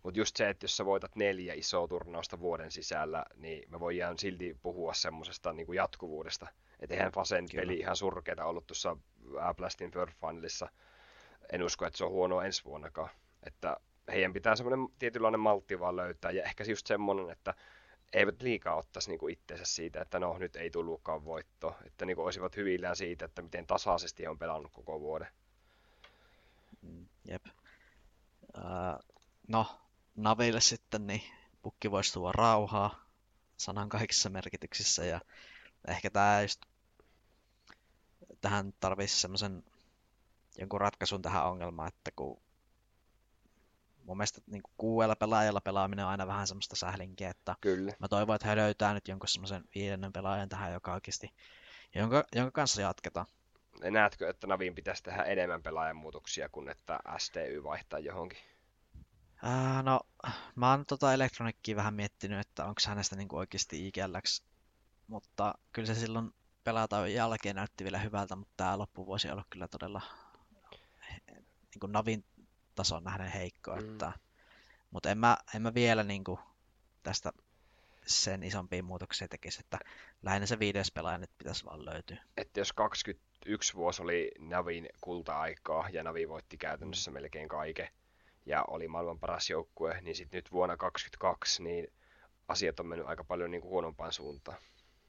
Mutta just se, että jos sä voitat neljä isoa turnausta vuoden sisällä, niin me voidaan silti puhua semmosesta niin kuin jatkuvuudesta. Että eihän Fasen Kyllä. peli ihan surkeeta ollut tuossa Blastin Third Finalissa. En usko, että se on huonoa ensi vuonnakaan. Että heidän pitää semmoinen tietynlainen maltti vaan löytää. Ja ehkä just semmoinen, että eivät liikaa ottaisi niinku itseensä siitä, että no nyt ei tullutkaan voitto. Että niinku olisivat hyvillään siitä, että miten tasaisesti he on pelannut koko vuoden. Mm, Jep. Ää, no, Naville sitten, niin pukki voisi tuoda rauhaa sanan kaikissa merkityksissä. Ja ehkä tää just, tähän tarvitsisi semmoisen jonkun ratkaisun tähän ongelmaan, että kun mun mielestä niin kuin kuudella pelaajalla pelaaminen on aina vähän semmoista sählinkiä, että Kyllä. mä toivon, että he löytää nyt jonkun semmoisen viidennen pelaajan tähän, joka oikeasti, jonka, jonka kanssa jatketaan. Ja näetkö, että Naviin pitäisi tehdä enemmän pelaajan muutoksia kuin että S T Y vaihtaa johonkin? Ää, no, mä oon tota Electronickia vähän miettinyt, että onko hänestä niin kuin oikeasti I G L:ksi, mutta kyllä se silloin pelata jälkeen näytti vielä hyvältä, mutta tämä loppuvuosi on ollut kyllä todella niin kuin Navin tason nähden heikko, Mm. että, mutta en mä, en mä vielä niin kuin tästä sen isompia muutoksia tekisi, että lähinnä se viides pelaaja nyt pitäisi vaan löytyä. Että jos kaksikymmentäyksi vuosi oli Navin kulta-aikaa ja Navi voitti käytännössä melkein kaiken ja oli maailman paras joukkue, niin sitten nyt vuonna kaksikymmentäkaksi niin asiat on mennyt aika paljon niin kuin huonompaan suuntaan.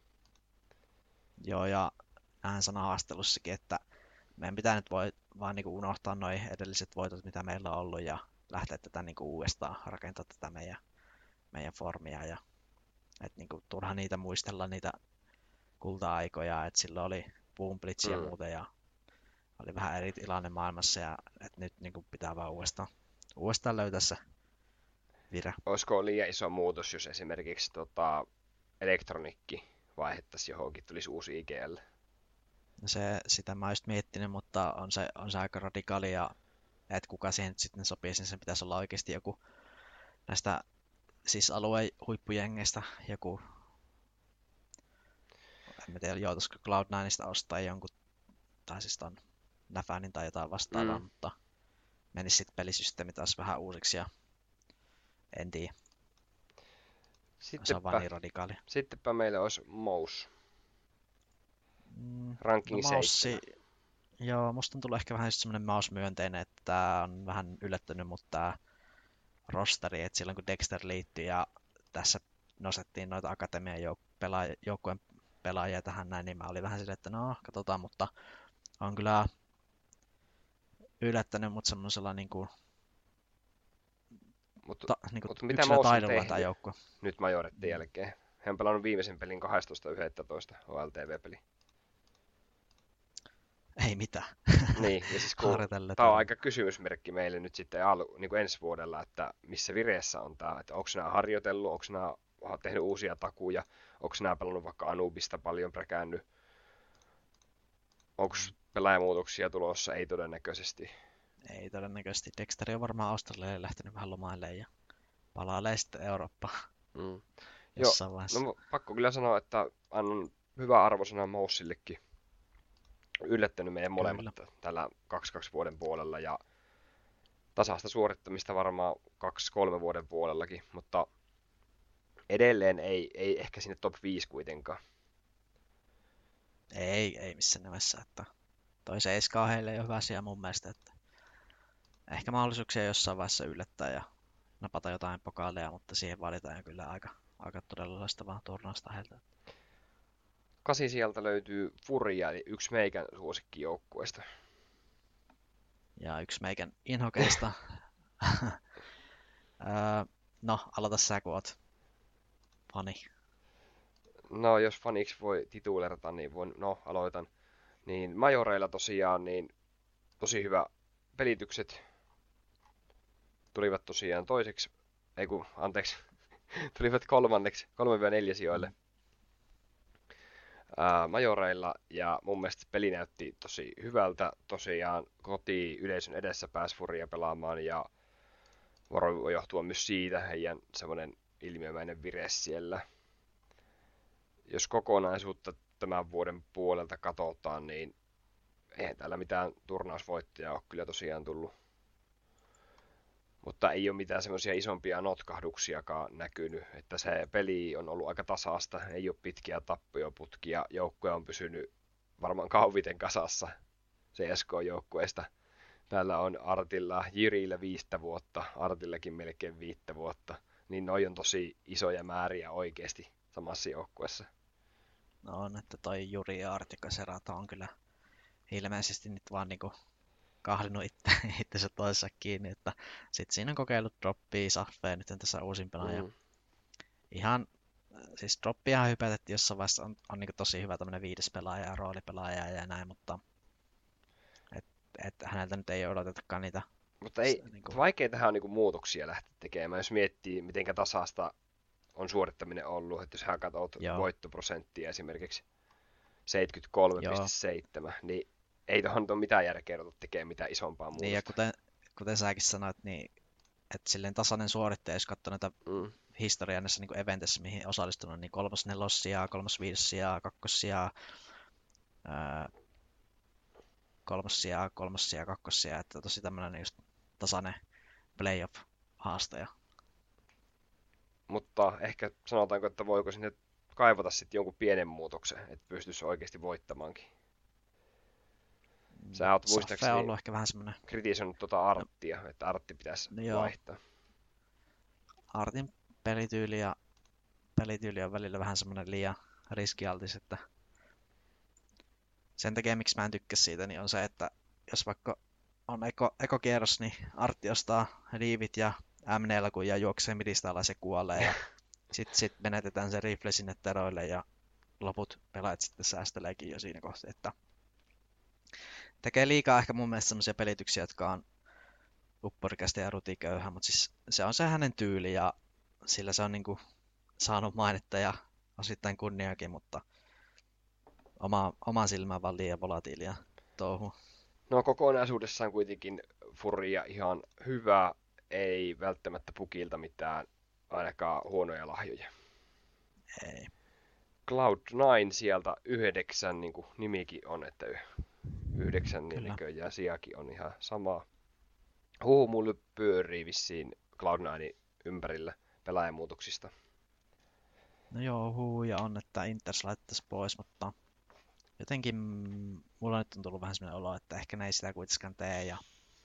Joo, ja nähän sana haastelussakin, että meidän pitää nyt voi, vaan niin kuin unohtaa nuo edelliset voitot, mitä meillä on ollut, ja lähteä tätä niin kuin uudestaan rakentaa tätä meidän, meidän formia. Ja, että niin kuin, turha niitä muistella, niitä kulta-aikoja, että silloin oli Boom Blitz ja Mm. muuta, ja oli vähän eri tilanne maailmassa, ja että nyt niin kuin, pitää vaan uudestaan, uudestaan löytää se vire. Olisiko liian iso muutos, jos esimerkiksi tota, elektronikki vaihdettaisiin johonkin, tulisi uusi I G L? No se, sitä mä oon just miettinyt, mutta on se, on se aika radikaali, ja että kuka siihen nyt sitten sopisi, niin sen pitäisi olla oikeasti joku näistä siis alueen huippujengeistä joku, en mä tiedä, joutuisiko cloud nineista ostaa jonkun, tai siis ton Nafanin tai jotain vastaavaa, Mm. mutta menisi sitten pelisysteemi taas vähän uusiksi, ja en tiedä, se on vaan Sittenpä, niin radikaali. sittenpä meillä olisi Mouse, Mm, no ranking maussi, seitsemän. joo, musta on tullut ehkä vähän just semmoinen mouse-myönteinen, että tää on vähän yllättänyt, mutta tää rosteri, että silloin kun Dexter liittyi ja tässä nostettiin noita akatemian jouk- pelaaja, joukkueen pelaajia tähän näin, niin mä olin vähän silleen, että no, katsotaan, mutta on kyllä yllättänyt mut semmoisella niinku, Mutta ta, niinku mut mitä yksillä Mouse on taidolla tää tehnyt joukkue. nyt majoretten Mm. jälkeen? Hän on pelannut viimeisen pelin kahdestoista yhdestoista O L T V-peli. Ei mitään. Niin, ja siis kun Harjoitelle tämä on tullut. aika kysymysmerkki meille nyt sitten al, niin kuin ensi vuodella, että missä vireessä on tämä, että onko nämä harjoitellut, onko nämä tehnyt uusia takuja, onko nämä pelannut vaikka Anubista paljon präkännyt, onko pelaajamuutoksia tulossa, ei todennäköisesti. Ei todennäköisesti. Dexter on varmaan Australialle lähtenyt vähän lomaille ja palailee sitten Eurooppaan Mm. Joo, jossain vaiheessa. no pakko kyllä sanoa, että annan hyvä arvosana Mousillekin. Yllättänyt meidän molemmat Kyllä. tällä kaksi kaksi vuoden puolella ja tasasta suorittamista varmaan kaksi kolme vuoden puolellakin, mutta edelleen ei, ei ehkä sinne top viisi kuitenkaan. Ei, ei missään nimessä. Että toi seiska on heille jo hyvä asia mun mielestä. Että ehkä mahdollisuuksia jossain vaiheessa yllättää ja napata jotain pokaaleja, mutta siihen vaaditaan jo kyllä aika, aika todella loistavaa turnausta heiltä. Kasi sieltä löytyy Furia, eli yksi meikän suosikkijoukkueesta. Ja yksi meikän inhokeista. Öö, no, aloita sä, kun oot fani. No, jos faniksi voi titulerata, niin voin, no, aloitan. Niin majoreilla tosiaan, niin tosi hyvä pelitykset. Tulivat tosiaan toiseksi, ei kun, anteeksi, tulivat kolmanneksi, kolme neljä sijoille. Ää, majoreilla ja mun mielestä peli näytti tosi hyvältä. Tosiaan koti yleisön edessä pääsi Furia pelaamaan ja voi johtua myös siitä heidän semmoinen ilmiömäinen vire siellä. Jos kokonaisuutta tämän vuoden puolelta katsotaan, niin eihän täällä mitään turnausvoittoja ole kyllä tosiaan tullut. mutta ei ole mitään semmoisia isompia notkahduksiakaan näkynyt, että se peli on ollut aika tasaista, ei ole pitkiä tappioputkia, joukkue on pysynyt varmaan kauhiten kasassa C S K-joukkueesta. Täällä on Artilla, Jirillä viittä vuotta, Artillakin melkein viittä vuotta, niin noi on tosi isoja määriä oikeasti samassa joukkueessa. No on, että toi Juri ja Artika Serata on kyllä ilmeisesti nyt vaan niinku kahlinut itse, itsensä toisessa kiinni, että sit siinä on kokeillut droppia, saffea nyt tässä uusimpana ja Mm. ihan, siis droppiahan hypätettiin jossain vaiheessa, on, on niinku tosi hyvä tämmönen viides pelaaja ja roolipelaaja ja näin, mutta et, et häneltä nyt ei odotetakaan niitä Mutta ei, s- niinku, vaikea tähän on niinku muutoksia lähteä tekemään, jos miettii, miten tasasta on suorittaminen ollut, että jos hän katsot joo, voittoprosenttia esimerkiksi seitsemänkymmentäkolme pilkku joo, seitsemän, niin ei tuohon ole mitään järkeä ruveta tekemään mitään isompaa niin ja muutosta. kuten, kuten säkin sanoit, niin että silleen tasainen suorittaja, jos katsoo näitä Mm. historiaa näissä niin eventeissä, mihin osallistunut, niin kolmas nelossijaa, kolmas viidossijaa, kakkossijaa, ää, kolmossijaa, kolmossijaa, kakkossijaa, että tosi tämmöinen just tasainen playoff-haastaja. Mutta ehkä sanotaanko, että voiko sinne kaivata sitten jonkun pienen muutoksen, että pystyisi oikeasti voittamaankin. Sä oot Saffe on muistaakseni ollut ehkä vähän semmoinen, kritisoinut tuota no, Arttia, että Artti pitäisi no joo, vaihtaa. Artin pelityyli ja pelityyli on välillä vähän semmoinen liian riskialtis, että sen takia miksi mä en tykkää siitä, niin on se, että jos vaikka on eko, ekokierros, niin Artti ostaa liivit ja M neljä kun ja juoksee midistä alas ja kuolee ja sitten sit menetetään se rifle sinne teroille ja loput pelaajat sitten säästeleekin jo siinä kohtaa, että tekee liikaa ehkä mun mielestä semmoisia pelityksiä, jotka on upporikästä ja rutiköyhä, mutta siis se on se hänen tyyli ja sillä se on niinku saanut mainetta ja osittain kunniakin, mutta oma, oma silmä vaan liian volatiilia touhu. No kokonaisuudessaan kuitenkin Furia ihan hyvä, ei välttämättä pukilta mitään ainakaan huonoja lahjoja. Ei, cloud nine sieltä yhdeksän, niin kuin nimikin on, että y- yhdeksän niin kyllä. näköjään sijakin on ihan sama. Huhu mulle pyörii vissiin cloud nine ympärillä pelaajamuutoksista. No joo, huuja on, että Inters laittaisi pois, mutta jotenkin mm, mulla nyt on tullut vähän sellainen olo, että ehkä ne ei sitä kuitenkaan tee ja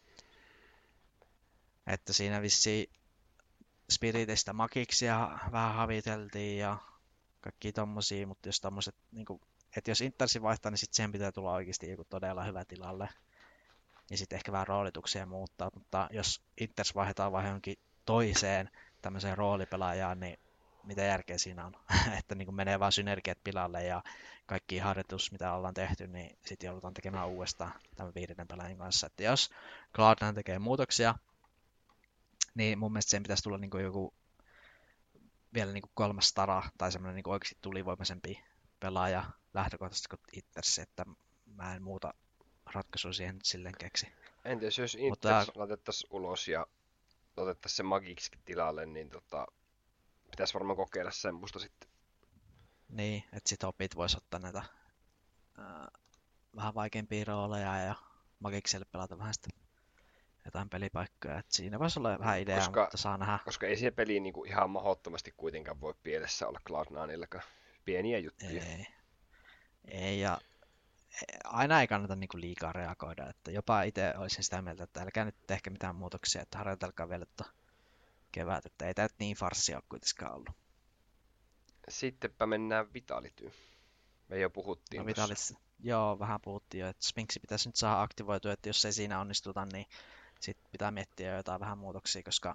että siinä vissiin Spiritistä Magiksia vähän haviteltiin ja kaikki tommosia, mutta jos tommoset, niinku, että jos Intersi vaihtaa, niin sitten siihen pitää tulla oikeasti joku todella hyvä tilalle. Ja sitten ehkä vähän roolituksia muuttaa, mutta jos Inters vaihdetaan vaan johonkin toiseen tämmöiseen roolipelaajaan, niin mitä järkeä siinä on? Että niin menee vaan synergiat pilalle ja kaikki harjoitus, mitä ollaan tehty, niin sitten joudutaan tekemään uudestaan tämän viidennen pelaajan kanssa. Että jos cloud nine tekee muutoksia, niin mun mielestä sen pitäisi tulla niin joku vielä niin kolmas stara tai semmoinen niin oikeasti tulivoimaisempi pelaaja lähtökohtaisesti kuin Inters, että mä en muuta ratkaisua siihen nyt silleen keksi. Entäs jos Mutta Inters laitettaisiin ulos ja otettaisiin se Magickin tilalle, niin tota, pitäisi varmaan kokeilla semmoista sitten. niin, että sit opit vois ottaa näitä ää, vähän vaikeampia rooleja ja Magikselle pelata vähän sitten jotain pelipaikkoja. Et siinä voisi olla vähän ideaa, Koska, mutta saa nähdä. koska ei se peli niinku ihan mahdottomasti kuitenkaan voi pielessä olla cloud nineillakaan. Pieniä juttuja. Ei, ei ja aina ei kannata niinku liikaa reagoida. Että jopa itse olisin sitä mieltä, että älkää nyt tehkö mitään muutoksia, että harjoitelkaa vielä tuota kevät, että ei tämä nyt niin farssia ole kuitenkaan ollut. Sittenpä mennään Vitalityyn. Me jo puhuttiin No tuossa. Vitalis, joo, vähän puhuttiin jo, että Sphinxi pitäisi nyt saada aktivoitua, että jos ei siinä onnistuta, niin sitten pitää miettiä jotain vähän muutoksia, koska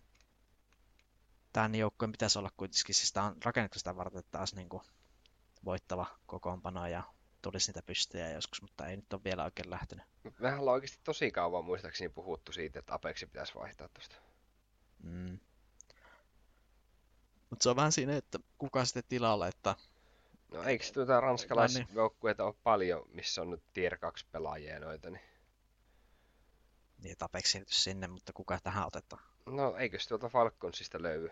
tämän joukkueen pitäisi olla kuitenkin, siis sitä on rakennettu sitä varten, että taas niin kuin voittava kokoonpano ja tulisi niitä pystyjä joskus, mutta ei nyt ole vielä oikein lähtenyt. Mehän ollaan oikeasti tosi kauan muistaakseni puhuttu siitä, että Apexi pitäisi vaihtaa tuosta. Mm. Mutta se on vähän siinä, että kuka sitten tilalle, että No eikö tuota niin, ranskalaisjoukkueita ole paljon, missä on nyt tier kaksi pelaajia noita, niin... niin Apex siirtyisi sinne, mutta kuka tähän otetaan? No eikö se tuolta Falconsista löydy?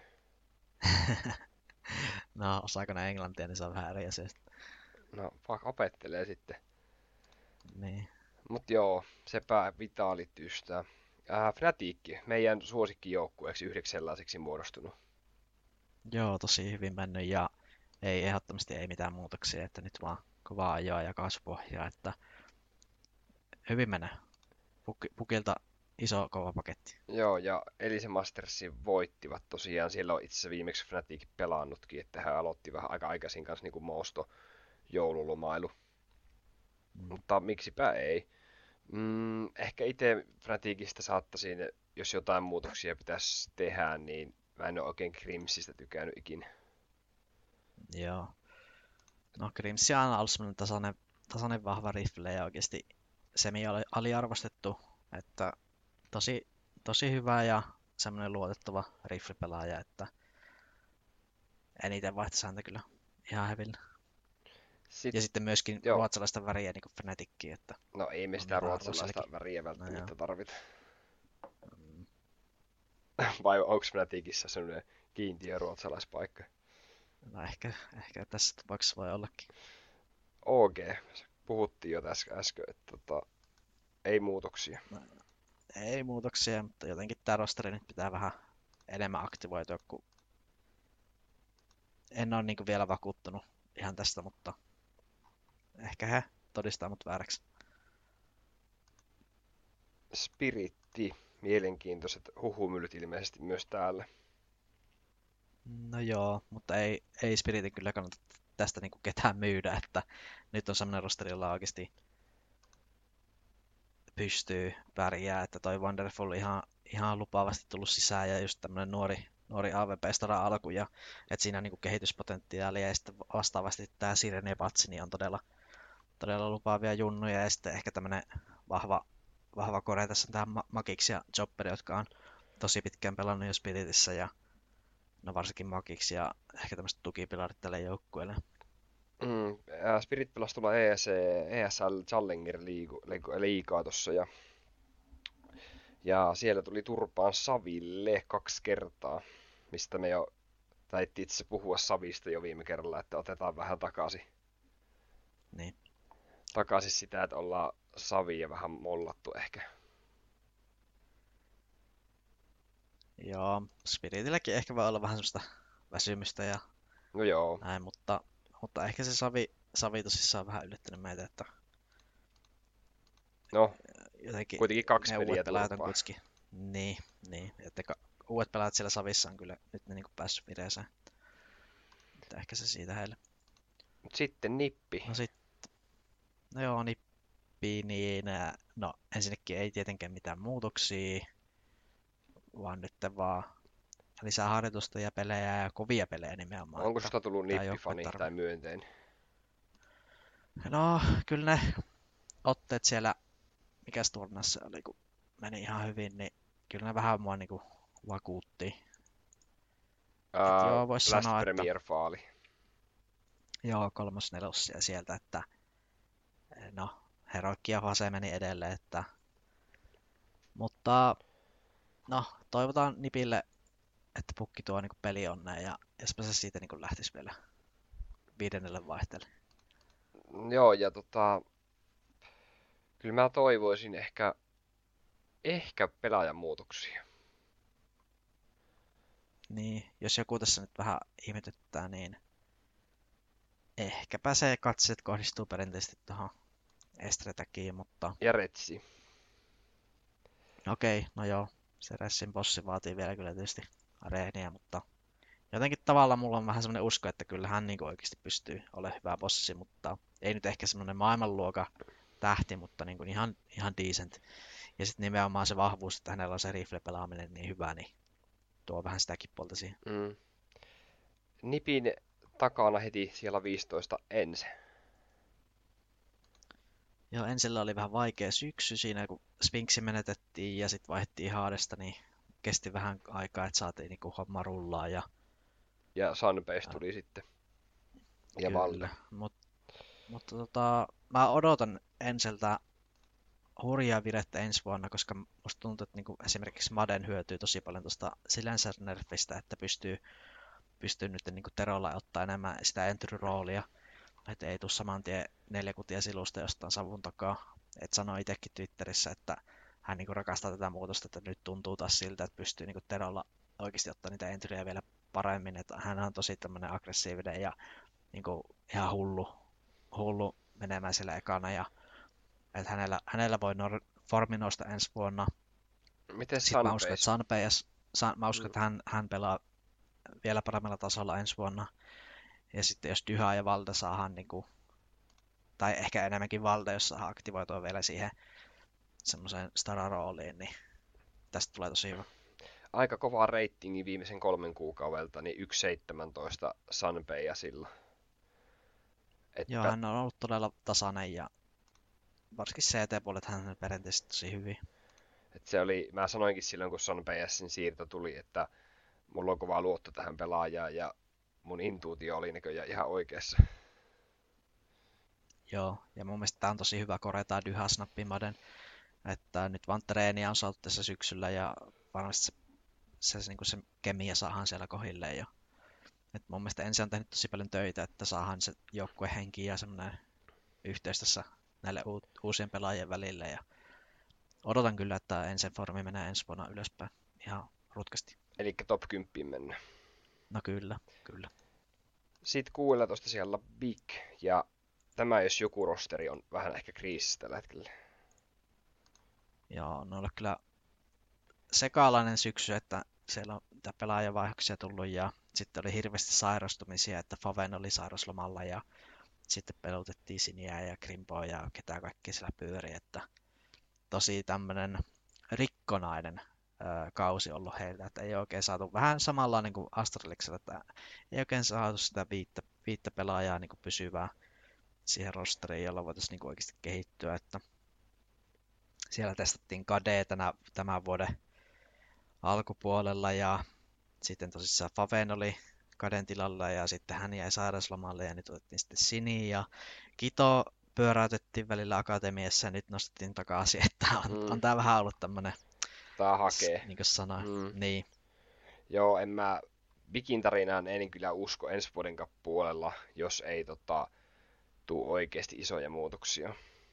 No, osaako ne englantia, niin se on vähän eri asia. No, vaikka opettelee sitten. Niin. Mut joo, sepä Vitalitystä. Ää, Fnatic, meidän suosikkijoukkueeksi yhdeksi sellaiseksi muodostunut. Joo, tosi hyvin mennyt ja ei ehdottomasti ei mitään muutoksia, että nyt vaan kovaa ajoa ja kaasupohjaa, että hyvin menee. Puk- pukilta iso kova paketti. Joo, ja Elise Mastersin voittivat tosiaan. Siellä on itse asiassa viimeksi Fnatic pelannutkin, että hän aloitti vähän aika aikaisin kanssa niin kuin Moosto joululomailu. Mm. Mutta miksipä ei. Mm, ehkä itse Fnaticista saattaisin, jos jotain muutoksia pitäisi tehdä, niin mä en ole oikein Crimsistä tykännyt ikinä. Joo. No Grimsi on aina ollut semmoinen tasainen, tasainen vahva rifle ja oikeasti semi oli aliarvostettu, että tosi, tosi hyvä ja semmoinen luotettava rifle-pelaaja, että eniten vaihtosääntö kyllä ihan hevillä. Ja Sitten, sitten myöskin joo, ruotsalaista väriä niin kuin Fnatickiin, että no ei me on sitä jotain ruotsalaista arvostellakin. väriä No joo. välttämättä tarvita. Mm. Vai onko Fnaticissa sellainen kiintiö ruotsalaispaikka? No ehkä, ehkä tässä tapauksessa voi ollakin. O G, puhuttiin jo tässä äsken, että tota, ei muutoksia. No, ei muutoksia, mutta jotenkin tämä rosteri nyt pitää vähän enemmän aktivoitua, kun en ole niin kuin vielä vakuuttunut ihan tästä, mutta ehkä he todistaa mut vääräksi. Spiritti, mielenkiintoiset huhumyllyt ilmeisesti myös täällä. No joo, mutta ei, ei Spiritin kyllä kannata tästä niinku ketään myydä, että nyt on semmoinen rosteri, jolla oikeasti pystyy pärjää, että toi Wonderful ihan, ihan lupaavasti tullut sisään ja just tämmönen nuori, nuori A V P-stara alku ja että siinä on niinku kehityspotentiaalia ja sitten vastaavasti tää Sirene ja Patsi niin on todella, todella lupaavia junnuja ja sitten ehkä tämmönen vahva, vahva kore tässä on tää Ma- Magix ja Chopper, jotka on tosi pitkään pelannut jo Spiritissä ja no varsinkin Magix ja ehkä tämmöiset tukipilarit tälle joukkueelle. Mm, ää, Spirit pelasi tuolla E S, E S L Challenger liigu, liigu, liigaa tossa ja, ja siellä tuli turpaan Saville kaksi kertaa, mistä me jo taidettiin itse puhua Savista jo viime kerralla, että otetaan vähän takaisin, Niin. takaisin sitä, että ollaan Savia vähän mollattu ehkä. Joo, Spiritilläkin ehkä voi olla vähän semmoista väsymystä ja No joo, näin, mutta, mutta ehkä se Savi, Savi tosissaan on vähän yllättänyt meitä, että no jotenkin kuitenkin kaksi ne peliä uudet pelaajat on turpaa. kuitenkin, niin, niin, että ka- uudet pelaajat siellä Savissa on kyllä nyt ne niinku päässyt vireeseen, että ehkä se siitä heille. Mut sitten Nippi. No sit, no joo, nippi, niin ää, no ensinnäkin ei tietenkään mitään muutoksia, vaan nyt vaan lisää harjoitusta ja pelejä ja kovia pelejä nimenomaan, Onko että susta tullut tää joukkue Nippi-fani tai tarvitsee. myönteinen? No, kyllä ne otteet siellä, mikäs turnassa oli, kun meni ihan hyvin, niin kyllä ne vähän mua niinku vakuutti. Et Ää, joo, vois Last sanoa, että Premier Faali. joo, kolmos nelossia sieltä, että no, Heroikki ja Hase meni edelleen, että mutta no, toivotaan Nipille, että pukki tuo niinku pelionneen ja jospa se siitä niinku lähtisi vielä viidennelle vaihteelle. Joo, ja tota, kyllä mä toivoisin ehkä, ehkä pelaajan muutoksia. Niin, jos joku tässä nyt vähän ihmetyttää, niin ehkäpä se katseet kohdistuu perinteisesti tuohon Estretäkiin, mutta Ja Retsi. okei, no joo, se Ressin bossi vaatii vielä kyllä tietysti areenia, mutta jotenkin tavalla mulla on vähän semmoinen usko, että kyllä hän niin oikeasti pystyy olemaan hyvä bossi, mutta ei nyt ehkä semmoinen maailmanluokan tähti, mutta niin kuin ihan, ihan decent. Ja sitten nimenomaan se vahvuus, että hänellä on se rifle-pelaaminen niin hyvä, niin tuo vähän sitäkin puolta siihen. Mm. Nipin takana heti siellä viisitoista Ense. Joo, Ensellä oli vähän vaikea syksy siinä, kun Sphinxi menetettiin ja sitten vaihdettiin Haadesta, niin kesti vähän aikaa, että saatiin niinku homma rullaa ja Ja Sunbase ja tuli sitten. Ja kyllä. Valde. Mut, mutta tota, mä odotan Enseltä hurjaa virettä ensi vuonna, koska musta tuntuu, että niinku esimerkiksi Maden hyötyy tosi paljon tuosta Silencer nerfistä, että pystyy, pystyy nyt niinku Terolla ottaa enemmän sitä entry-roolia, että ei tule saman tien neljä kutia silusta jostain savun takaa. Et sanoi itsekin Twitterissä, että hän niin kuin rakastaa tätä muutosta, että nyt tuntuu taas siltä, että pystyy niin kuin Terolla oikeasti ottaa niitä entryjä vielä paremmin. Että hän on tosi tämmöinen aggressiivinen ja niin kuin ihan hullu, hullu menemään siellä ekana. Ja, että hänellä, hänellä voi nor- formi nousta ensi vuonna. Miten Sitten mä uskon, että Sunbase? Sanpei, ja San, mä uskon, Mm. että hän, hän pelaa vielä paremmalla tasolla ensi vuonna. Ja sitten jos Dyha ja Valde saadaan, niin kuin, tai ehkä enemmänkin Valde, jos saadaan aktivoitua vielä siihen semmoiseen stara-rooliin, niin tästä tulee tosi hyvä. Aika kovaa reitingi viimeisen kolmen kuukaudelta, niin yksi pilkku seitsemäntoista Sunbayasilla. Joo, Että hän on ollut todella tasainen ja varsinkin C T-puolet hän on perinteisesti tosi hyvin. että se oli, mä sanoinkin silloin, kun Sunbayasin siirto tuli, että mulla on kova luotto tähän pelaajaan ja mun intuutio oli näköjään ihan oikeassa. Joo, ja mun mielestä tää on tosi hyvä korjata Dyha-snappimaden, että nyt vaan treeniä on saatu tässä syksyllä ja varmasti se, se, se, niin se kemia saadaan siellä kohilleen jo. Et mun mielestä ensin on tehnyt tosi paljon töitä, että saadaan se joukkuehenki ja semmoinen yhteys tässä näille uusien pelaajien välille. Ja odotan kyllä, että ensin formi menee ensi vuonna ylöspäin ihan rutkasti. Eli top kymmenen mennä. No kyllä, kyllä. Sitten kuusitoista siellä Big, ja tämä jos joku rosteri on vähän ehkä kriisissä tällä hetkellä. Joo, on ollut kyllä sekalainen syksy, että siellä on niitä pelaajavaihoksia tullut ja sitten oli hirveästi sairastumisia, että Faven oli sairaslomalla ja sitten pelutettiin Siniä ja Grimboa ja ketä kaikki siellä pyöri, että tosi tämmöinen rikkonainen ö, kausi ollut heiltä, että ei oikein saatu vähän samalla niin kuin Astraliksella, että ei oikein saatu sitä viittä, viittä pelaajaa niin kuin pysyvää siihen rosteriin, jolla voitaisiin niin kuin oikeasti kehittyä, että siellä testattiin Kade tänä, tämän vuoden alkupuolella ja sitten tosissaan Faven oli Kaden tilalla ja sitten hän jäi sairauslomalle ja nyt otettiin sitten Sini ja Kito pyöräytettiin välillä akatemiassa ja nyt nostettiin takaisin, että on, Mm. on tää vähän ollut tämmönen, Tää hakee. niin kuin sanoin, Mm. niin, Joo, en mä Bigin tarinaan en kyllä usko ensi vuoden puolella, jos ei tota, tuu oikeasti isoja muutoksia.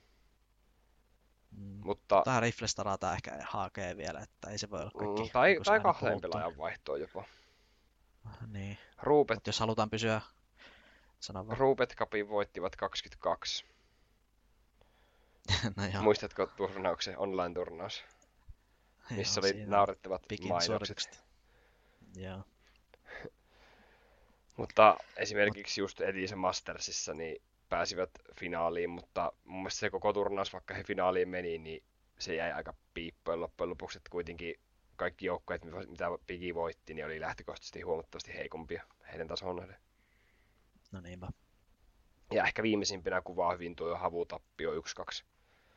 mm, Mutta tää Riflestaraa tää ehkä hakee vielä, että ei se voi olla kaikki mm, tai, niin tai aina kahteen puuttuu. pelaajan vaihtoon jopa. Niin, Rupet, mutta jos halutaan pysyä, sano vaan, Rupet Cupin voittivat kaksikymmentäkaksi. no joo, Muistatko turnauksen, online-turnaus, missä joo, oli siinä on naurettavat Bigin mainokset? suoritukset. Joo, Mutta esimerkiksi just Elisa Mastersissa niin pääsivät finaaliin, mutta mun mielestä se koko turnaus, vaikka he finaaliin meni, niin se jäi aika piippoon loppujen lopuksi, että kuitenkin kaikki joukkueet, mitä Bigi voitti, niin oli lähtökohtaisesti huomattavasti heikompia heidän tasoon nähden. no niinpä. Ja ehkä viimeisimpänä kuvaa hyvin tuo havutappio yksi kaksi.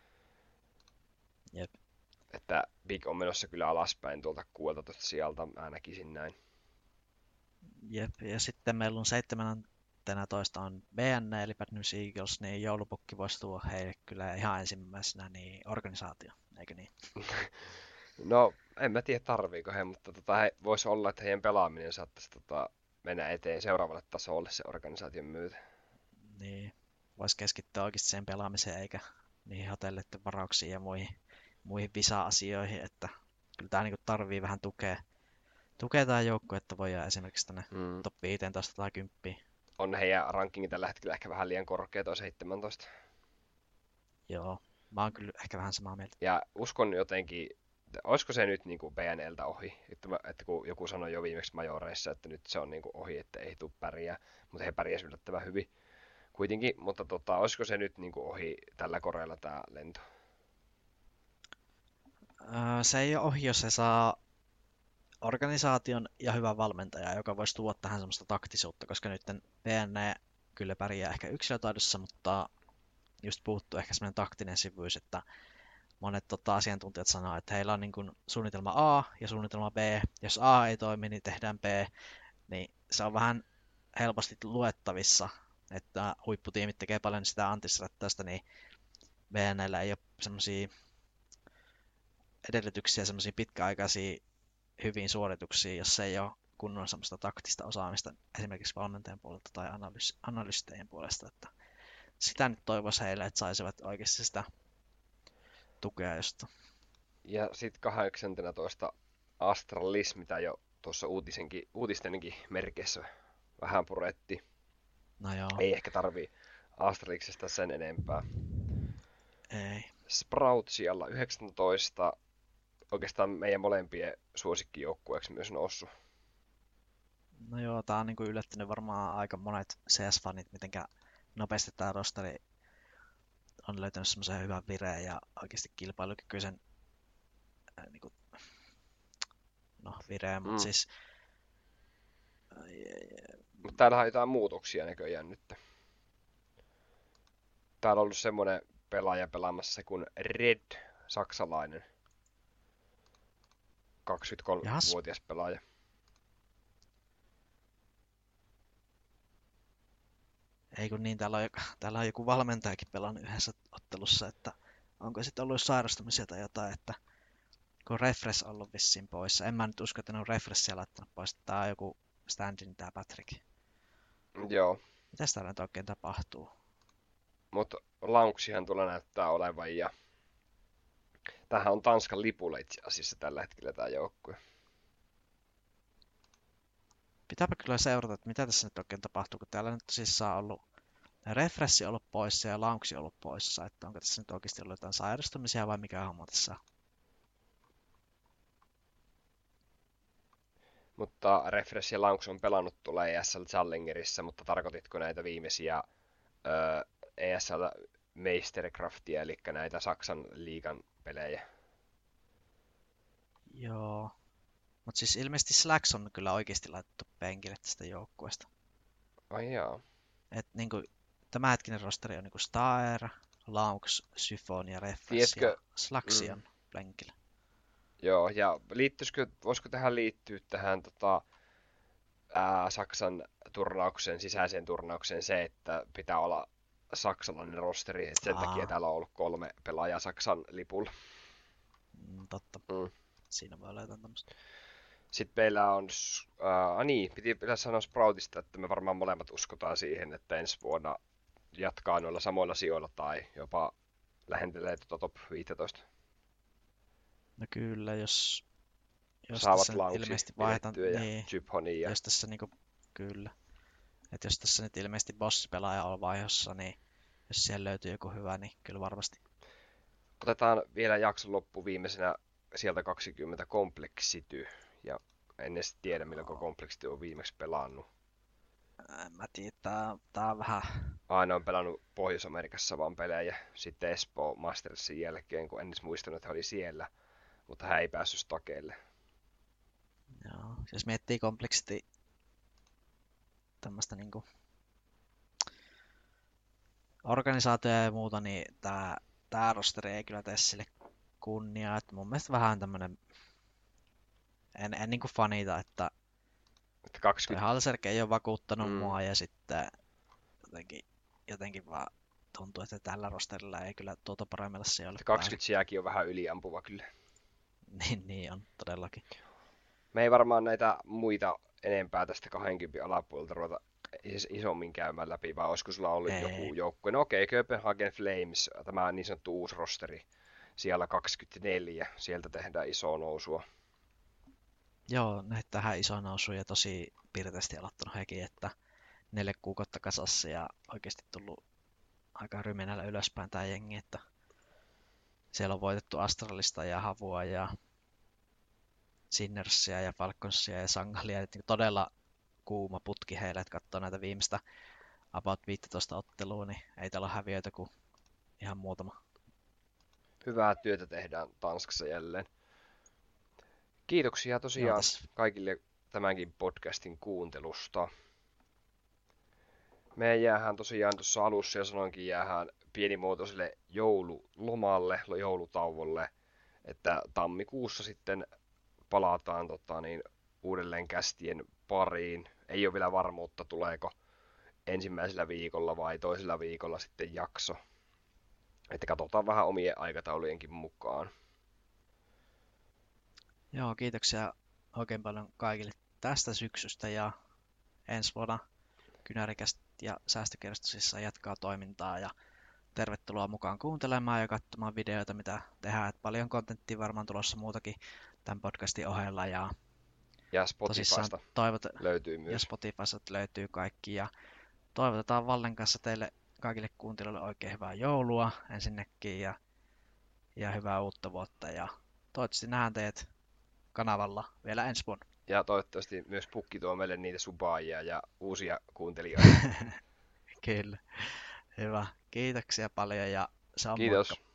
Jep. Että Big on menossa kyllä alaspäin tuolta kuudeltatoista sieltä, mä näkisin näin. Jep, ja sitten meillä on seitsemäntoista on B N eli Bad News Eagles, niin joulupukki voisi tuoda heille kyllä ihan ensimmäisenä niin organisaatio, eikö niin? No, en mä tiedä tarviiko he, mutta tota, he, voisi olla, että heidän pelaaminen saattaisi tota, mennä eteen seuraavalle tasolle se organisaation myötä. Niin, voisi keskittyä oikeasti sen pelaamiseen eikä niihin hotelleiden varauksiin ja muihin, muihin visa-asioihin, että kyllä tämä niinku tarvii vähän tukea, tukea tämä joukkue, että voidaan esimerkiksi tänne Mm. top viisitoista tai kymmenen. On heidän rankingi tällä hetkellä ehkä vähän liian korkea tuo seitsemäntoista. Joo, mä oon kyllä ehkä vähän samaa mieltä. Ja uskon jotenkin, olisiko se nyt niin kuin B N L:tä ohi, että, mä, että kun joku sanoi jo viimeksi majoreissa, että nyt se on niin kuin ohi, että ei tule pärjää, mutta he pärjäsivät yllättävän hyvin kuitenkin, mutta tota, olisiko se nyt niin kuin ohi tällä koreella tämä lento? Öö, se ei ole ohi, jos se saa organisaation ja hyvän valmentajan, joka voisi tuoda tähän semmoista taktisuutta, koska nyt P N E kyllä pärjää ehkä yksilötaidossa, mutta just puuttuu ehkä semmoinen taktinen syvyys, että monet tota, asiantuntijat sanoo, että heillä on niin kuin suunnitelma A ja suunnitelma B. Jos A ei toimi, niin tehdään B. Niin se on vähän helposti luettavissa, että huipputiimit tekee paljon sitä antistrattausta, niin B N L:llä ei ole semmoisia edellytyksiä semmoisia pitkäaikaisia hyviin suorituksiin, jos ei ole kunnon semmoista taktista osaamista esimerkiksi valmentajan puolelta tai analys- analystien puolesta, että sitä nyt toivoisi heille, että saisivat oikeasti sitä tukea josta. Ja sitten kahdeksanteenatoista Astralis, mitä jo tuossa uutisenkin, uutistenkin merkeissä vähän puretti. No joo, Ei ehkä tarvii Astraliksesta sen enempää. ei. Sprout siellä yhdeksäntoista, oikeastaan meidän molempien suosikkijoukkueeksi myös noussut. No joo, tää on niinku yllättänyt varmaan aika monet C S-fanit, mitenkä nopeasti tää rosteri on löytänyt semmoisen hyvän vireen ja oikeasti kilpailukykyisen äh, niinku, no vireen, mutta Mm. siis Mutta täällä on jotain muutoksia näköjään nyt. Täällä on ollut semmonen pelaaja pelaamassa kuin Red, saksalainen, jahas, kaksikymmentäkolmevuotias pelaaja. ei kun niin, täällä on, täällä on joku valmentajakin pelannut yhdessä ottelussa, että onko sitten ollut sairastumisia tai jotain, että kun Refresh on ollut vissiin poissa. En mä nyt usko, että ne on Refreshia laittanut pois. Tää on joku stand-in tää Patrick. Joo, Mitäs täällä nyt oikein tapahtuu? mutta launksihan tuolla näyttää olevan ja tämähän on Tanskan lipulla itse asiassa tällä hetkellä tämä joukkue. Pitääpä kyllä seurata, että mitä tässä nyt oikein tapahtuu, kun täällä nyt tosissaan on ollut Refresh ollut poissa ja Launchi ollut poissa, että onko tässä nyt oikeasti ollut jotain sairastumisia vai mikä homma tässä on? Mutta Refresh ja Launch on pelannut tuolla E S L Challengerissa, mutta tarkoititko näitä viimeisiä öö, E S L Meisterkraftia, eli näitä Saksan liigan pelejä? Joo. Mutta siis ilmeisesti Slacks on kyllä oikeasti laitettu penkille tästä joukkueesta. Ai jaa. Et niinku, tämänhetkinen rosteri on niinku Staer, Laux, Syfon ja Refresh Tiedätkö, ja Slacksi mm, on penkillä. joo, ja liittyisikö, voisiko tähän liittyä tähän tota, ää, Saksan turnauksen, sisäiseen turnaukseen se, että pitää olla saksalainen rosteri, että sen takia Aa, täällä on ollut kolme pelaajaa Saksan lipulla. mm, totta. Mm. Siinä voi olla jotain tämmöistä. Sitten meillä on, s- ää, niin, piti pitäisi sanoa Sproutista, että me varmaan molemmat uskotaan siihen, että ensi vuonna jatkaa noilla samoilla sijoilla tai jopa lähentelee tuota top viisitoista. No kyllä, jos, jos Saavat tässä nyt launchi ilmeisesti vaihdetaan, pidettyä ja niin, Jyphoni ja jos tässä niinku, kyllä. Että jos tässä nyt ilmeisesti bossipelaaja on vaihossa, niin jos siellä löytyy joku hyvä, niin kyllä varmasti. otetaan vielä jakson loppu viimeisenä sieltä kaksikymmentä kompleksity. Ja en edes tiedä, milloin kompleksity on viimeksi pelannut. En mä tiedä, tää, tää on vähän, Aina on pelannut Pohjois-Amerikassa vaan pelejä. Sitten Espoo Mastersin jälkeen, kun en edes muistanut, että he oli siellä. Mutta hän ei päässyt stakeille. joo, jos miettii kompleksiti tämmöistä niinku organisaatioja ja muuta, niin tää, tää rosteri ei kyllä tee sille kunniaa. Että mun mielestä vähän tämmönen, en, en niinku fanita, että Että toi kaksikymmentä, Halserk ei ole vakuuttanut mm, mua ja sitten jotenkin, jotenkin vaan tuntuu, että tällä rosterilla ei kyllä tuota paremmilla sijoilla että pääse. kaksikymmentä sijaakin on vähän yliampuva kyllä. Niin, niin on todellakin. Me ei varmaan näitä muita enempää tästä kaksikymmentä alapuolelta ruveta is- isommin käymään läpi, vai olisiko sulla ollut Ei. joku joukkue? No okei, okay, Copenhagen Flames, tämä niin sanottu uusi rosteri, siellä kaksikymmentäneljä, sieltä tehdään isoa nousua. Joo, ne tähän iso nousu ja tosi pirteästi aloittanut hekin, että neljä kuukautta kasassa ja oikeasti tullut aika ryminällä ylöspäin tää jengi, että siellä on voitettu Astralista ja Havua ja Sinnersia ja Falconsia ja Sangalia, että todella kuuma putki heille, että katsoo näitä viimeistä about viisitoista ottelua, niin ei täällä ole häviöitä kuin ihan muutama. Hyvää työtä tehdään Tanskassa jälleen. Kiitoksia Joo, tosiaan tässä. kaikille tämänkin podcastin kuuntelusta. Me jäähän tosiaan tuossa alussa ja sanoinkin jäähän pienimuotoiselle joululomalle, joulutauolle, että tammikuussa sitten palataan tota, niin, uudelleen kästien pariin. Ei ole vielä varmuutta, tuleeko ensimmäisellä viikolla vai toisella viikolla sitten jakso. Että katsotaan vähän omien aikataulujenkin mukaan. Joo, kiitoksia oikein paljon kaikille tästä syksystä ja ensi vuonna Kynärikästä ja Säästökerrostosissa jatkaa toimintaa ja tervetuloa mukaan kuuntelemaan ja katsomaan videoita, mitä tehdään. Et paljon kontenttia varmaan tulossa muutakin tämän podcastin ohella. Ja Ja tosissaan Spotifysta toivot... löytyy ja myös. Spotifysta löytyy kaikki. Ja toivotetaan Vallen kanssa teille kaikille kuuntelijoille oikein hyvää joulua ensinnäkin ja, ja hyvää uutta vuotta. Ja toivottavasti nähdään teidät kanavalla vielä ensi vuonna. Ja toivottavasti myös Pukki tuo meille niitä subaajia ja uusia kuuntelijoita. Kyllä. Hyvä. Kiitoksia paljon ja se on Kiitos. moikka.